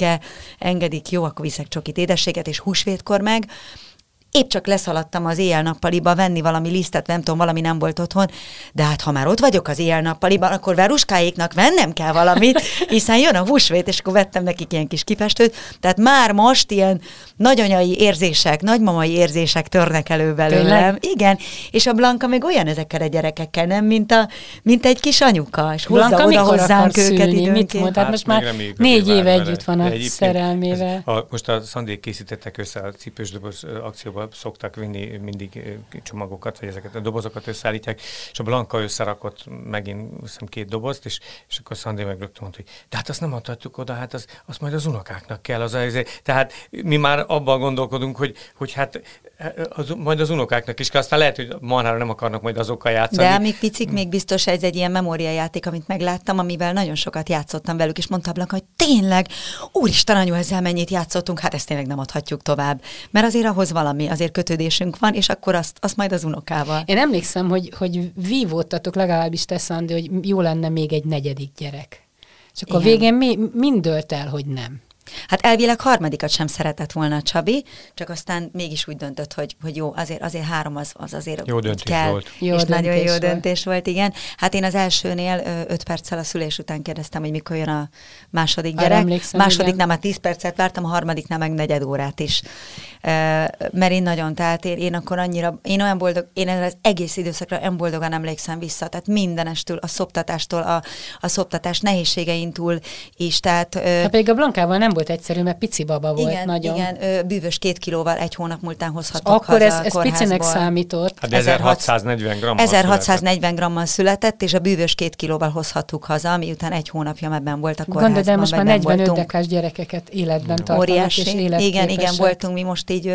C: engedik, jó, akkor viszek csokit, édességet, és húsvétkor meg. Épp csak leszaladtam az éjjel-nappaliba venni valami lisztet, nem tudom, valami nem volt otthon, de hát ha már ott vagyok az éjjel-nappaliban, akkor Veruskáéknak vennem kell valamit, hiszen jön a húsvét, és akkor vettem nekik ilyen kis kifestőt, tehát már most ilyen nagyanyai érzések, nagymamai érzések törnek elő belőlem. Tényleg? Igen, és a Blanka még olyan ezekkel a gyerekekkel, nem, mint egy kis anyuka, és hozza oda hozzánk őket időnként.
A: Hát most már 4 éve együtt van a szerelmével.
B: Most a Szandék készítettek össze a cipős doboz akcióban, szoktak vinni mindig csomagokat, vagy ezeket a dobozokat összeállítják, és a Blanka összerakott megint 2 dobozt, és akkor Szandé meg rögtön mondta, hogy de hát azt nem adhatjuk oda, hát azt majd az unokáknak kell. Tehát mi már abban gondolkodunk, hogy hát majd az unokáknak is kell, aztán lehet, hogy marhára nem akarnak majd azokkal játszani.
C: De amíg picik, még biztos ez egy ilyen memóriajáték, amit megláttam, amivel nagyon sokat játszottam velük, és mondta Blanka, hogy tényleg, úristen anyu, ezzel mennyit játszottunk, hát ezt tényleg nem adhatjuk tovább. Mert azért ahhoz valami, azért kötődésünk van, és akkor azt majd az unokával.
A: Én emlékszem, hogy vívódtatok, legalábbis te, Szandi, hogy jó lenne még egy 4. gyerek. És akkor végén mind dölt el, hogy nem.
C: Hát elvileg 3. sem szeretett volna a Csabi, csak aztán mégis úgy döntött, hogy jó, azért 3 az azért
B: jó döntés
C: kell.
B: Volt.
C: És nagyon jó döntés volt, igen. Hát én az elsőnél 5 perccel a szülés után kérdeztem, hogy mikor jön a második gyerek. Másodiknál már 10 percet vártam, a harmadiknál meg 4 órát is. Mert én nagyon, tehát én akkor annyira, én olyan boldog, én az egész időszakra olyan boldogan emlékszem vissza, tehát mindenestől, a szoptatástól, a szoptatás nehézségein túl is, tehát...
A: Hát pedig a Blankával nem volt egyszerű, mert pici baba volt,
C: igen,
A: nagyon.
C: Igen, bűvös 2 kilóval 1 hónap múltán hozhatok
A: akkor
C: haza
A: ez picinek számított.
B: Hát 1640 grammal
C: 1640 grammal született, és a bűvös 2 kilóval hozhattuk haza, miután 1 hónapja ebben volt a kórházban.
A: Gondolod, de most már 45 dekás gyerekeket életben tartanak,
C: óriási.
A: És életképesek.
C: Igen, voltunk mi most így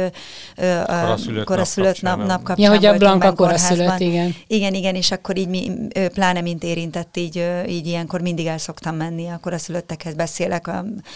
C: koraszülött nap kapcsán.
A: Ja, hogy a Blanka koraszülött, igen.
C: Igen, és akkor így mi, pláne mint érintett, így ilyenkor mindig el szoktam menni, a koraszülöttekhez beszélek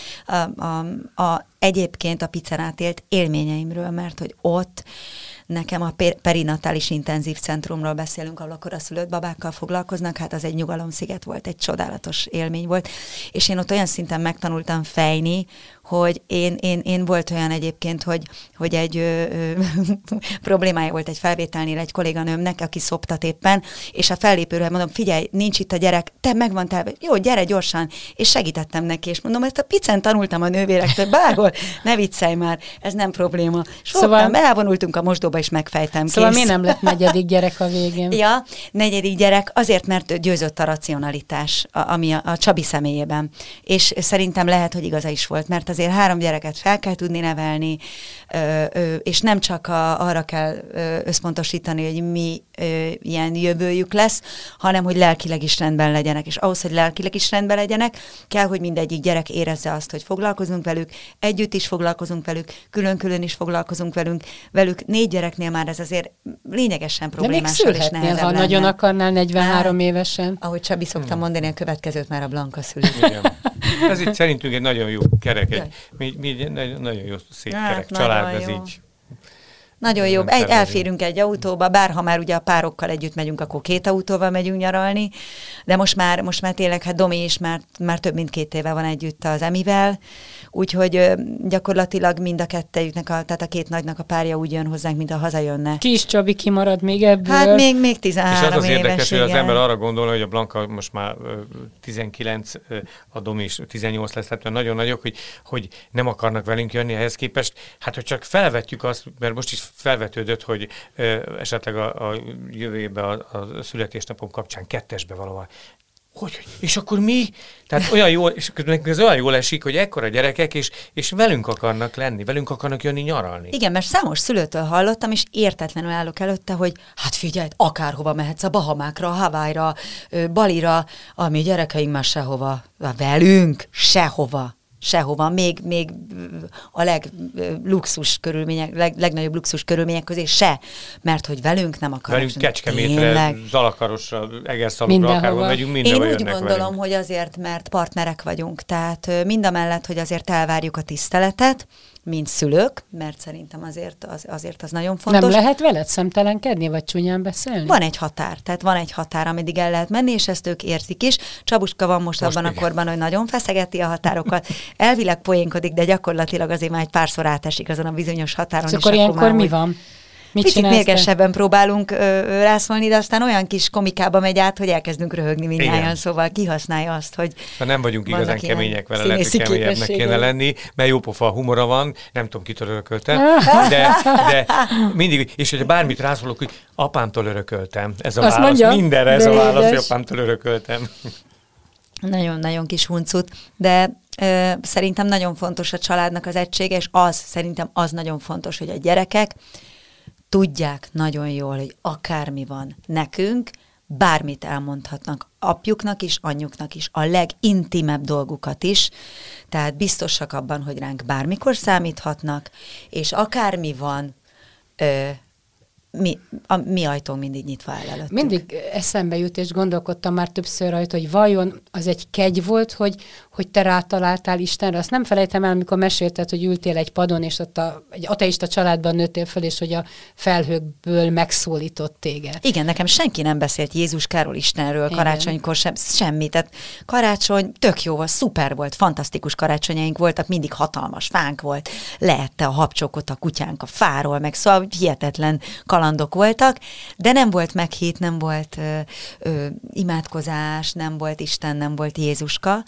C: egyébként a Picen átélt élményeimről, mert hogy ott nekem a perinatális intenzív centrumról beszélünk, ahol a koraszülött babákkal foglalkoznak, hát az egy nyugalomsziget volt, egy csodálatos élmény volt, és én ott olyan szinten megtanultam fejni, hogy én volt olyan egyébként, hogy egy problémája volt egy felvételnél egy kolléganőmnek, aki szoptat éppen, és a fellépőről mondom, figyelj, nincs itt a gyerek, te megvan telve, jó, gyere gyorsan, és segítettem neki, és mondom, ezt a Picen tanultam a nővérektől, bárhol, ne viccelj már, ez nem probléma. És szóval elvonultunk a mosdóba, és megfejtem.
A: Szóval miért nem lett 4. gyerek a végén?
C: Ja, 4. gyerek azért, mert győzött a racionalitás, ami a Csabi személyében. És szerintem lehet, hogy igaza is volt, mert azért 3 gyereket fel kell tudni nevelni, és nem csak arra kell összpontosítani, hogy mi ilyen jövőjük lesz, hanem hogy lelkileg is rendben legyenek. És ahhoz, hogy lelkileg is rendben legyenek, kell, hogy mindegyik gyerek érezze azt, hogy foglalkozunk velük, együtt is foglalkozunk velük, külön-külön is foglalkozunk velük. 4 gyereknél már ez azért lényegesen problémásabb és nehezebb
A: ha
C: lenne.
A: Nagyon akarnál 43 évesen.
C: Ahogy Csabi szoktam mondani, a következőt már a Blanka szüli.
B: Ez itt szerintünk egy nagyon jó kerek, nagyon jó szép kerek család, ez így.
C: Nagyon jó. Elférünk egy autóba, bár ha már ugye a párokkal együtt megyünk, akkor 2 autóval megyünk nyaralni, de most már tényleg, hát Domi is már több mint 2 éve van együtt az Emivel, úgyhogy gyakorlatilag mind a kettejüknek, tehát a 2 nagynak a párja úgy jön hozzánk, mint a hazajönne.
A: Kis Csabi kimarad még ebből.
C: Hát még 13 éves.
B: És az érdekes, hogy az ember arra gondol, hogy a Blanka most már 19, a Domi is 18 lesz, tehát nagyon nagyok, hogy nem akarnak velünk jönni ehhez képest. Hát, hogy csak felvetjük azt, mert most is felvetődött, hogy esetleg a jövő évben a születésnapom kapcsán 2-esbe valahol És akkor mi? Tehát olyan jól, és ez olyan jól esik, hogy ekkora gyerekek, és velünk akarnak lenni, velünk akarnak jönni nyaralni.
C: Igen, mert számos szülőtől hallottam, és értetlenül állok előtte, hogy hát figyelj, akárhova mehetsz, a Bahamákra, a Hawaii-ra, Balira, a mi gyerekeink már sehova. Velünk sehova. Még a legluxus körülmények, legnagyobb luxus körülmények közé se, mert hogy velünk nem akarnak.
B: Velünk Kecskemétre, Zalakarosra, Egerszalonra, akárhol megyünk, mindenhol jönnek velünk.
C: Én úgy gondolom, hogy azért, mert partnerek vagyunk, tehát mindamellett, hogy azért elvárjuk a tiszteletet, mint szülők, mert szerintem azért az nagyon fontos.
A: Nem lehet veled szemtelenkedni, vagy csúnyán beszélni?
C: Van egy határ, tehát van egy határ, ameddig el lehet menni, és ezt ők érzik is. Csabuska van most abban a korban, hogy nagyon feszegeti a határokat, elvileg poénkodik, de gyakorlatilag azért már egy párszor átesik azon a bizonyos határon.
A: És akkor ilyenkor mi van?
C: Picit mérgesebben próbálunk rászólni, de aztán olyan kis komikába megy át, hogy elkezdünk röhögni mindnyájan, szóval kihasználja azt, hogy
B: nem vagyunk igazán kemények vele, lehet, hogy keményebbnek kéne lenni, mert jópofa humora van, nem tudom, kitől örököltem, de mindig, és hogyha bármit rászólok, hogy apámtól örököltem, ez a azt válasz, mondja, mindenre ez a válasz, hogy apámtól örököltem.
C: Nagyon-nagyon kis huncut, de szerintem nagyon fontos a családnak az egysége, és szerintem az nagyon fontos, hogy a gyerekek tudják nagyon jól, hogy akármi van nekünk, bármit elmondhatnak apjuknak is, anyjuknak is, a legintimebb dolgukat is, tehát biztosak abban, hogy ránk bármikor számíthatnak, és akármi van, mi ajtónk mindig nyitva áll előttük.
A: Mindig eszembe jut, és gondolkodtam már többször rajta, hogy vajon az egy kegy volt, hogy te rátaláltál Istenre. Azt nem felejtem el, amikor mesélted, hogy ültél egy padon, és ott egy ateista családban nőttél föl, és hogy a felhőkből megszólított téged.
C: Igen, nekem senki nem beszélt Jézuskáról, Istenről, karácsonykor semmi. Tehát karácsony tök jó volt, szuper volt, fantasztikus karácsonyaink voltak, mindig hatalmas fánk volt, lehette a habcsokot a kutyánk a fáról, meg szóval hihetetlen kalandok voltak, de nem volt meghit, nem volt imádkozás, nem volt Isten, nem volt Jézuska,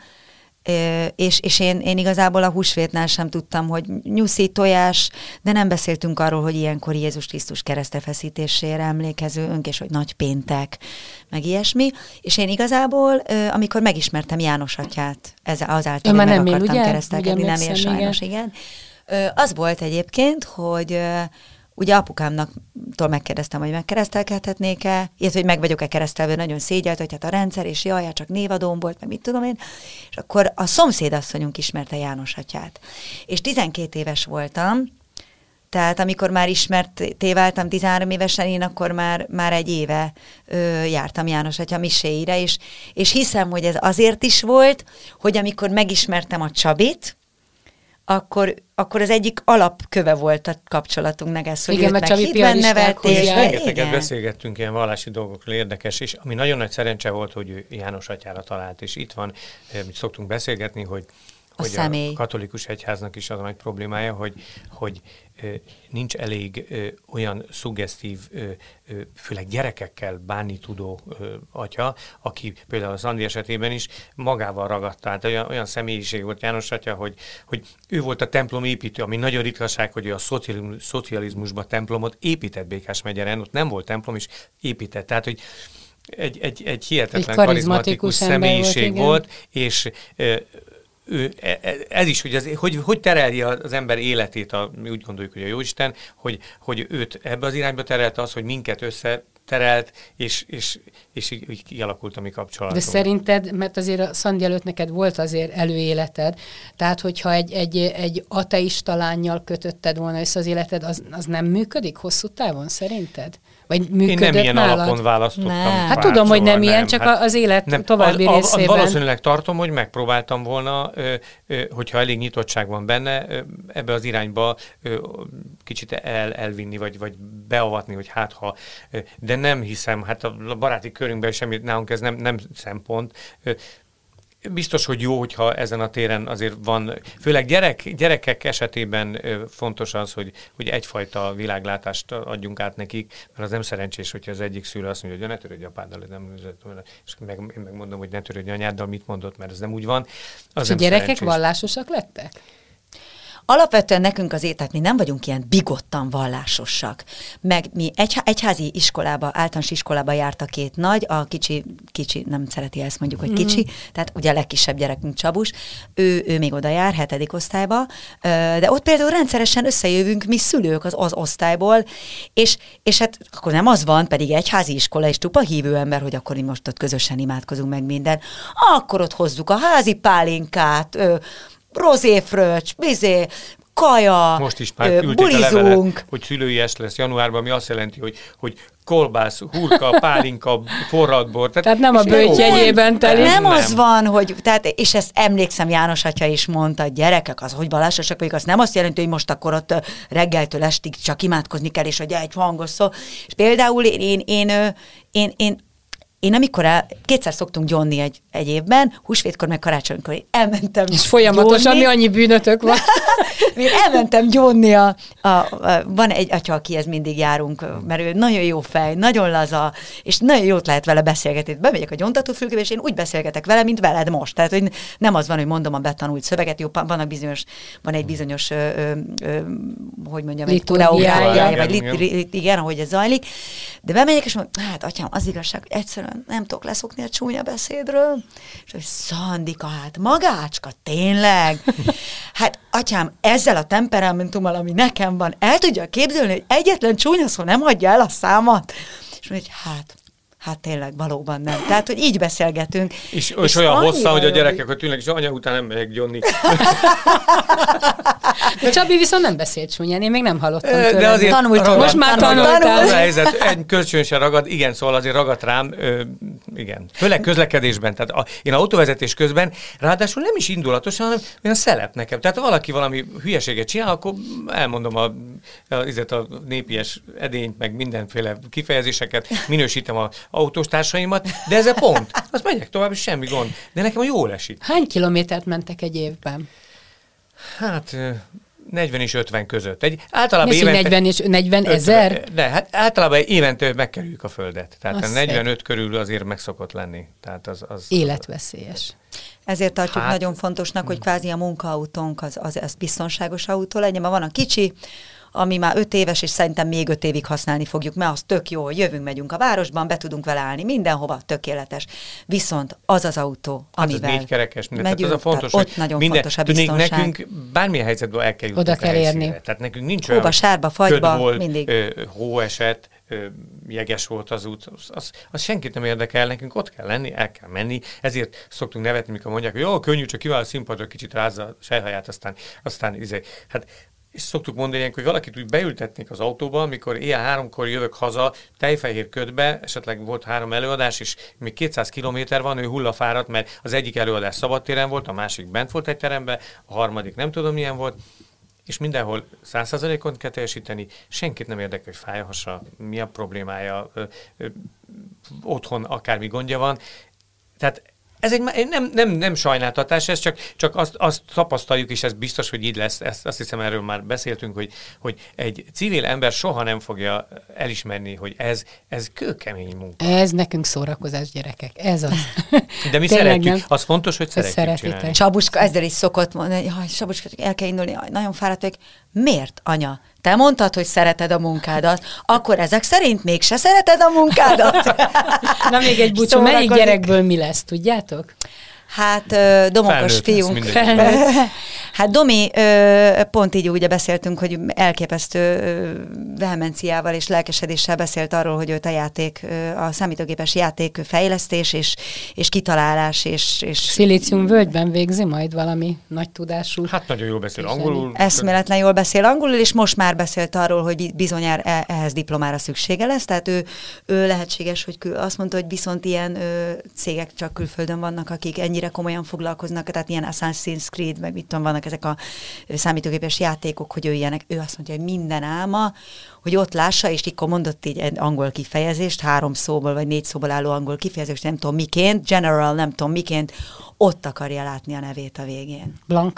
C: és én igazából a húsvétnál sem tudtam, hogy nyuszi, tojás, de nem beszéltünk arról, hogy ilyenkor Jézus Krisztus keresztrefeszítésére emlékezünk, és hogy nagy péntek, meg ilyesmi, és én igazából, amikor megismertem János atyát, azáltal, hogy meg akartam keresztelkedni, nem ér sajnos, igen. Az volt egyébként, hogy ugye apukámtól megkérdeztem, hogy megkeresztelkedhetnék-e, illetve, hogy meg vagyok-e keresztelve, nagyon szégyelt, hogy hát a rendszer, és jaj, csak névadóm volt, meg mit tudom én. És akkor a szomszédasszonyunk ismerte János atyát. És 12 éves voltam, tehát amikor már ismertté váltam 13 évesen, én akkor már egy éve jártam János atya miséire, és hiszem, hogy ez azért is volt, hogy amikor megismertem a Csabit, akkor az egyik alapköve volt a kapcsolatunknak ez, hogy
A: igen,
C: őt meg hitben nevelték.
B: Rengeteget beszélgettünk ilyen vallási dolgokról, érdekes, és ami nagyon nagy szerencse volt, hogy ő János atyára talált, és itt van, mit szoktunk beszélgetni, hogy a katolikus egyháznak is az a nagy problémája, hogy nincs elég olyan szuggesztív, főleg gyerekekkel bánni tudó atya, aki például a Szandi esetében is magával ragadta. Tehát olyan személyiség volt János atya, hogy ő volt a templom építő, ami nagyon ritkaság, hogy ő a szocializmusban templomot épített Békás-megyeren, ott nem volt templom, és épített. Tehát, hogy egy hihetetlen karizmatikus személyiség volt, és ez is, hogy terelje az ember életét, mi úgy gondoljuk, hogy a Jóisten, hogy őt ebbe az irányba terelte az, hogy minket összeterelt, és így kialakult a mi kapcsolatunk.
A: De szerinted, mert azért a Szandi előtt neked volt azért előéleted, tehát hogyha egy ateista lánnyal kötötted volna össze az életed, az nem működik hosszú távon szerinted? Vagy működött
B: én nem ilyen
A: nálad?
B: alapon választottam.
A: Hát tudom, hogy nem ilyen, csak az élet további részében.
B: Valószínűleg tartom, hogy megpróbáltam volna, hogyha elég nyitottság van benne, ebbe az irányba kicsit elvinni, vagy beavatni, hogy de nem hiszem, hát a baráti körünkben semmi, nálunk ez nem szempont. Biztos, hogy jó, hogyha ezen a téren azért van, főleg gyerekek esetében fontos az, hogy egyfajta világlátást adjunk át nekik, mert az nem szerencsés, hogyha az egyik szülő azt mondja, hogy ne törődj apáddal, és én megmondom, hogy ne törődj anyáddal, mit mondott, mert ez nem úgy van.
A: És a gyerekek vallásosak lettek?
C: alapvetően nekünk az tehát mi nem vagyunk ilyen bigottan vallásosak. Meg mi egyházi iskolába, általános iskolába járt a két nagy, a kicsi, nem szereti ezt mondjuk, hogy kicsi, tehát ugye a legkisebb gyerekünk Csabus, ő még oda jár, 7. osztályba, de ott például rendszeresen összejövünk mi szülők az osztályból, és hát akkor nem az van, pedig egyházi iskola és tupa hívő ember, hogy akkor mi most ott közösen imádkozunk meg minden. Akkor ott hozzuk a házi pálinkát, rozéfröccs, kaja,
B: most is már küldték a levelet, hogy szülői est lesz januárban, ami azt jelenti, hogy kolbász, hurka, pálinka, forradbor.
A: Tehát nem a bőjt jegyében telik.
C: Nem az van, hogy, tehát, és ezt emlékszem, János atya is mondta, gyerekek, az, hogy vallásosak vagyok, az nem azt jelenti, hogy most akkor ott reggeltől estig csak imádkozni kell, és hogy egy hangos szó. És például én amikor kétszer szoktunk gyónni egy évben, húsvétkor meg karácsonykor én elmentem
A: és folyamatosan mi annyi bűnötök van.
C: Én elmentem gyónni van egy atya, akihez mindig járunk, mert ő nagyon jó fej, nagyon laza, és nagyon jót lehet vele beszélgetni. Bemegyek a gyóntatófülkébe, és én úgy beszélgetek vele, mint veled most. Tehát, hogy nem az van, hogy mondom a betanult szöveget, jó, van egy bizonyos hogy mondjam, egy koreográfiája, vagy igen, ahogy ez zajlik. De bemegyek, és mondom, hát atyám, az igazság, hogy egyszerűen nem tudok leszokni a csúnya beszédről. És hogy Szandika, hát magácska, tényleg? Hát atyám, ezzel a temperamentummal, ami nekem van, el tudja képzelni, hogy egyetlen csúnya szó nem hagyja el a számat? És mondja, hogy hát tényleg, valóban nem. Tehát, hogy így beszélgetünk.
B: És olyan hossza, hogy a gyerekek, hogy tűnnek, és anya után nem megyek gyonni.
A: De Csabi viszont nem beszélt csúnyán, én még nem hallottam tőle.
B: De azért
C: tanultam.
A: Most már tanultál.
B: Az a helyzet, egy kölcsönösen ragad, igen, szóval azért ragadt rám, igen. Főleg közlekedésben, tehát én autóvezetés közben, ráadásul nem is indulatosan, hanem olyan szelep nekem. Tehát ha valaki valami hülyeséget csinál, akkor elmondom a népies edényt, meg mindenféle kifejezéseket, minősítem a autóstársaimat, de ez a pont. Azt megyek tovább, és semmi gond. De nekem jól esik.
A: Hány kilométert mentek egy évben?
B: Hát 40 és 50 között. Általában
A: évente... 40 és 40 ezer?
B: De hát általában évente megkerüljük a földet. Tehát a 45 körül azért meg szokott lenni. Tehát az
A: életveszélyes.
C: Ezért tartjuk nagyon fontosnak, hogy kvázi a munkaautónk az biztonságos autó legyen, mert van a kicsi, ami már 5 éves, és szerintem még 5 évig használni fogjuk, mert az tök jó, hogy jövünk, megyünk a városban, be tudunk vele állni mindenhova, tökéletes. Viszont az autóval
B: az 4 kerekes,
C: megyünk,
B: tehát az a fontos,
C: ott nagyon fontos a biztonság.
B: Nekünk bármilyen helyzetből el kell jutni.
A: Oda kell érni.
B: Tehát nekünk nincs
C: hóba, sárba, fagyba,
B: volt,
C: mindig.
B: Hó esett, jeges volt az út, az senkit nem érdekel, nekünk ott kell lenni, el kell menni, ezért szoktunk nevetni, mikor mondják, hogy jó, könnyű, csak kivált a színpadra, kicsit rázza a sejhaját, aztán hát és szoktuk mondani, hogy valakit úgy beültetnék az autóba, amikor éjjel 3-kor jövök haza, tejfehér ködbe, esetleg volt 3 előadás, és még 200 kilométer van, ő hullafáradt, mert az egyik előadás szabadtéren volt, a másik bent volt egy teremben, a harmadik nem tudom milyen volt, és mindenhol 100%-on kell teljesíteni, senkit nem érdekel, hogy fáj a hasa, mi a problémája, otthon akármi gondja van. Tehát ez egy nem sajnáltatás, ez csak azt tapasztaljuk, és ez biztos, hogy így lesz, azt hiszem, erről már beszéltünk, hogy egy civil ember soha nem fogja elismerni, hogy ez kőkemény munka.
A: Ez nekünk szórakozás, gyerekek, ez az.
B: De mi szeretjük, nem? Az fontos, hogy szeretjük csinálni.
C: Csabuska ezzel is szokott mondani, hogy Csabuska, el kell indulni, nagyon fáradt vagyok. Miért, anya? Te mondtad, hogy szereted a munkádat, akkor ezek szerint mégse szereted a munkádat?
A: Na még egy búcsú, melyik gyerekből mi lesz, tudjátok?
C: Hát Domokos fiunk. Hát Domi, pont így ugye beszéltünk, hogy elképesztő vehemenciával és lelkesedéssel beszélt arról, hogy őt a számítógépes játék fejlesztés és kitalálás és
A: Szilícium völgyben végzi majd valami nagy tudású.
B: Hát nagyon jól beszél angolul.
C: Eszméletlen jól beszél angolul, és most már beszélt arról, hogy bizonyára ehhez diplomára szüksége lesz, tehát ő lehetséges, hogy azt mondta, hogy viszont ilyen cégek csak külföldön vannak, akik ennyire komolyan foglalkoznak, tehát ilyen Assassin's Creed, meg mit tudom, vannak ezek a számítógépes játékok, hogy ő azt mondja, hogy minden álma, hogy ott lássa, és akkor mondott így egy angol kifejezést, 3 szóból vagy 4 szóból álló angol kifejezést, nem tudom miként, general, nem tudom miként, ott akarja látni a nevét a végén.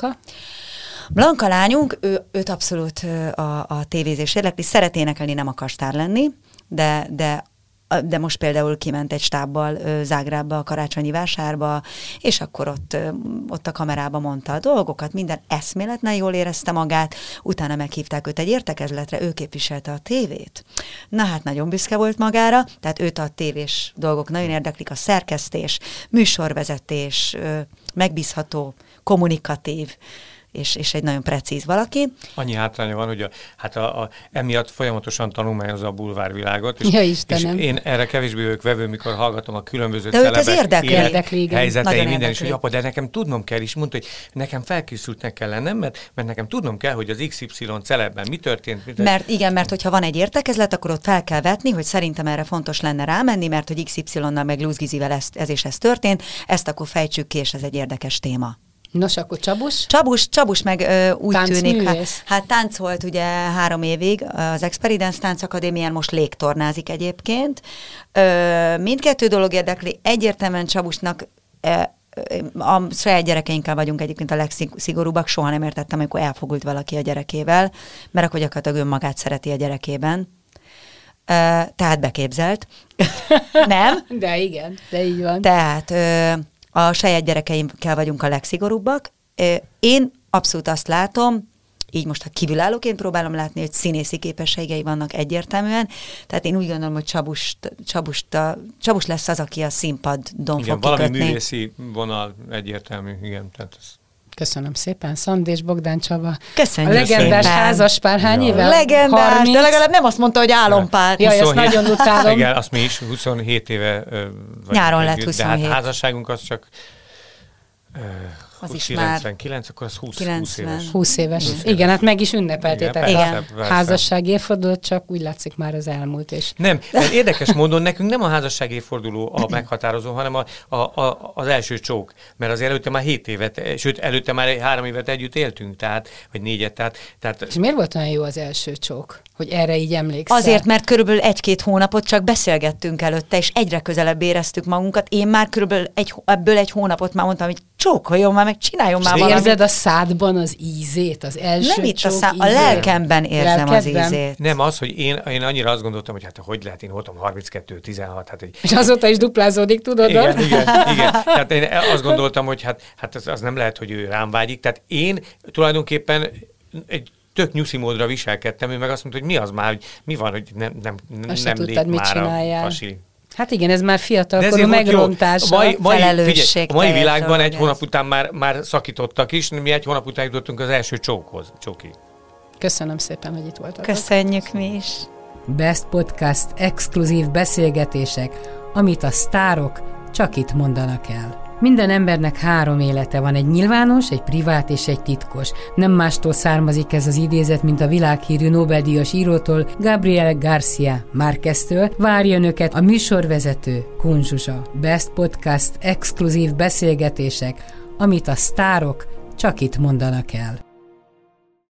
C: Blanka lányunk, őt abszolút a tévézés érdekli, szeret énekelni, nem akar sztár lenni, de de most például kiment egy stábbal Zágrábba, a karácsonyi vásárba, és akkor ott a kamerában mondta a dolgokat, minden eszméletlen jól érezte magát, utána meghívták őt egy értekezletre, ő képviselte a tévét. Na hát nagyon büszke volt magára, tehát őt a tévés dolgok nagyon érdeklik, a szerkesztés, műsorvezetés, megbízható, kommunikatív, és egy nagyon precíz valaki.
B: Annyi hátránya van, hogy emiatt folyamatosan tanulmányozza a bulvárvilágot, és én erre kevésbé vagyok vevő, mikor hallgatom a különböző celebek helyzetei, minden is, hogy apa, de nekem tudnom kell, és mondta, hogy nekem felkészültnek kell lennem, mert nekem tudnom kell, hogy az XY celebben mi történt.
C: Mert hogyha van egy értekezlet, akkor ott fel kell vetni, hogy szerintem erre fontos lenne rámenni, mert hogy XY-nal meg Luz Gizivel ez történt, ezt akkor fejtsük ki, és ez egy érdekes téma.
A: Nos, akkor Csabus?
C: Csabus meg úgy tűnik, hát táncolt ugye 3 évig az Experience Táncakadémián, most légtornázik egyébként. Mindkettő dolog érdekli, egyértelműen Csabusnak a saját gyerekeinkkel vagyunk egyébként a legszigorúbbak, soha nem értettem, amikor elfogult valaki a gyerekével, mert akkor gyakorlatilag önmagát szereti a gyerekében. Tehát beképzelt. Nem?
A: De igen, de így van.
C: Tehát a saját gyerekeinkkel vagyunk a legszigorúbbak. Én abszolút azt látom, így most ha kívülállóként próbálom látni, hogy színészi képességei vannak egyértelműen, tehát én úgy gondolom, hogy Csabus lesz az, aki a színpadon fog kikötni.
B: Valami művészi vonal egyértelmű, igen. Tehát ez...
A: Köszönöm szépen, Szandi és Bogdán Csaba.
C: Köszönjük.
A: A legendás házaspár hány éve?
C: Legendás, 30? De legalább nem azt mondta, hogy álompár.
A: Jaj, ezt nagyon utálom.
B: Igen, azt mi is 27 éve
C: nyáron lett 27.
B: De hát házasságunk az csak
C: az is
B: 99, akkor az 20 éves.
A: 20 éves. Igen, hát meg is ünnepeltétek a házasság évfordulót, csak úgy látszik már az elmúlt. És...
B: Nem, mert érdekes módon nekünk nem a házasság évforduló a meghatározó, hanem az első csók. Mert azért előtte már 7 évet, sőt, előtte már 3 évet együtt éltünk, tehát, vagy 4-et. Tehát... És
A: miért volt olyan jó az első csók? Hogy erre így emlékszel?
C: Azért, mert körülbelül 1-2 hónapot csak beszélgettünk előtte, és egyre közelebb éreztük magunkat. Én már körülbelül ebből 1 hónapot már mondtam, hogy csókoljon már, meg csináljon már valamit.
A: Érzed a szádban az ízét, az első
C: nem itt
A: csók ízét?
C: A lelkemben érzem az ízét.
B: Nem az, hogy én annyira azt gondoltam, hogy hát hogy lehet, én voltam 32-16. Hát
A: és azóta is duplázódik, tudod?
B: Igen. Tehát én azt gondoltam, hogy hát az nem lehet, hogy ő rám vágyik. Tehát én tulajdonképpen egy tök nyuszi módra viselkedtem, ő meg azt mondta, hogy mi az már, hogy mi van, hogy nem lép már a fasi.
A: Hát igen, ez már fiatalkorú megrontása,
C: felelősség.
B: A mai világban 1 hónap után már szakítottak is, mi 1 hónap után jutottunk az első csóki.
A: Köszönöm szépen, hogy itt voltatok.
C: Köszönjük mi is.
A: Best Podcast exkluzív beszélgetések, amit a sztárok csak itt mondanak el. Minden embernek 3 élete van, egy nyilvános, egy privát és egy titkos. Nem mástól származik ez az idézet, mint a világhírű Nobel-díjas írótól, Gabriel García Márqueztől. Várja önöket a műsorvezető, Kun Zsuzsa. Best Podcast exkluzív beszélgetések, amit a sztárok csak itt mondanak el.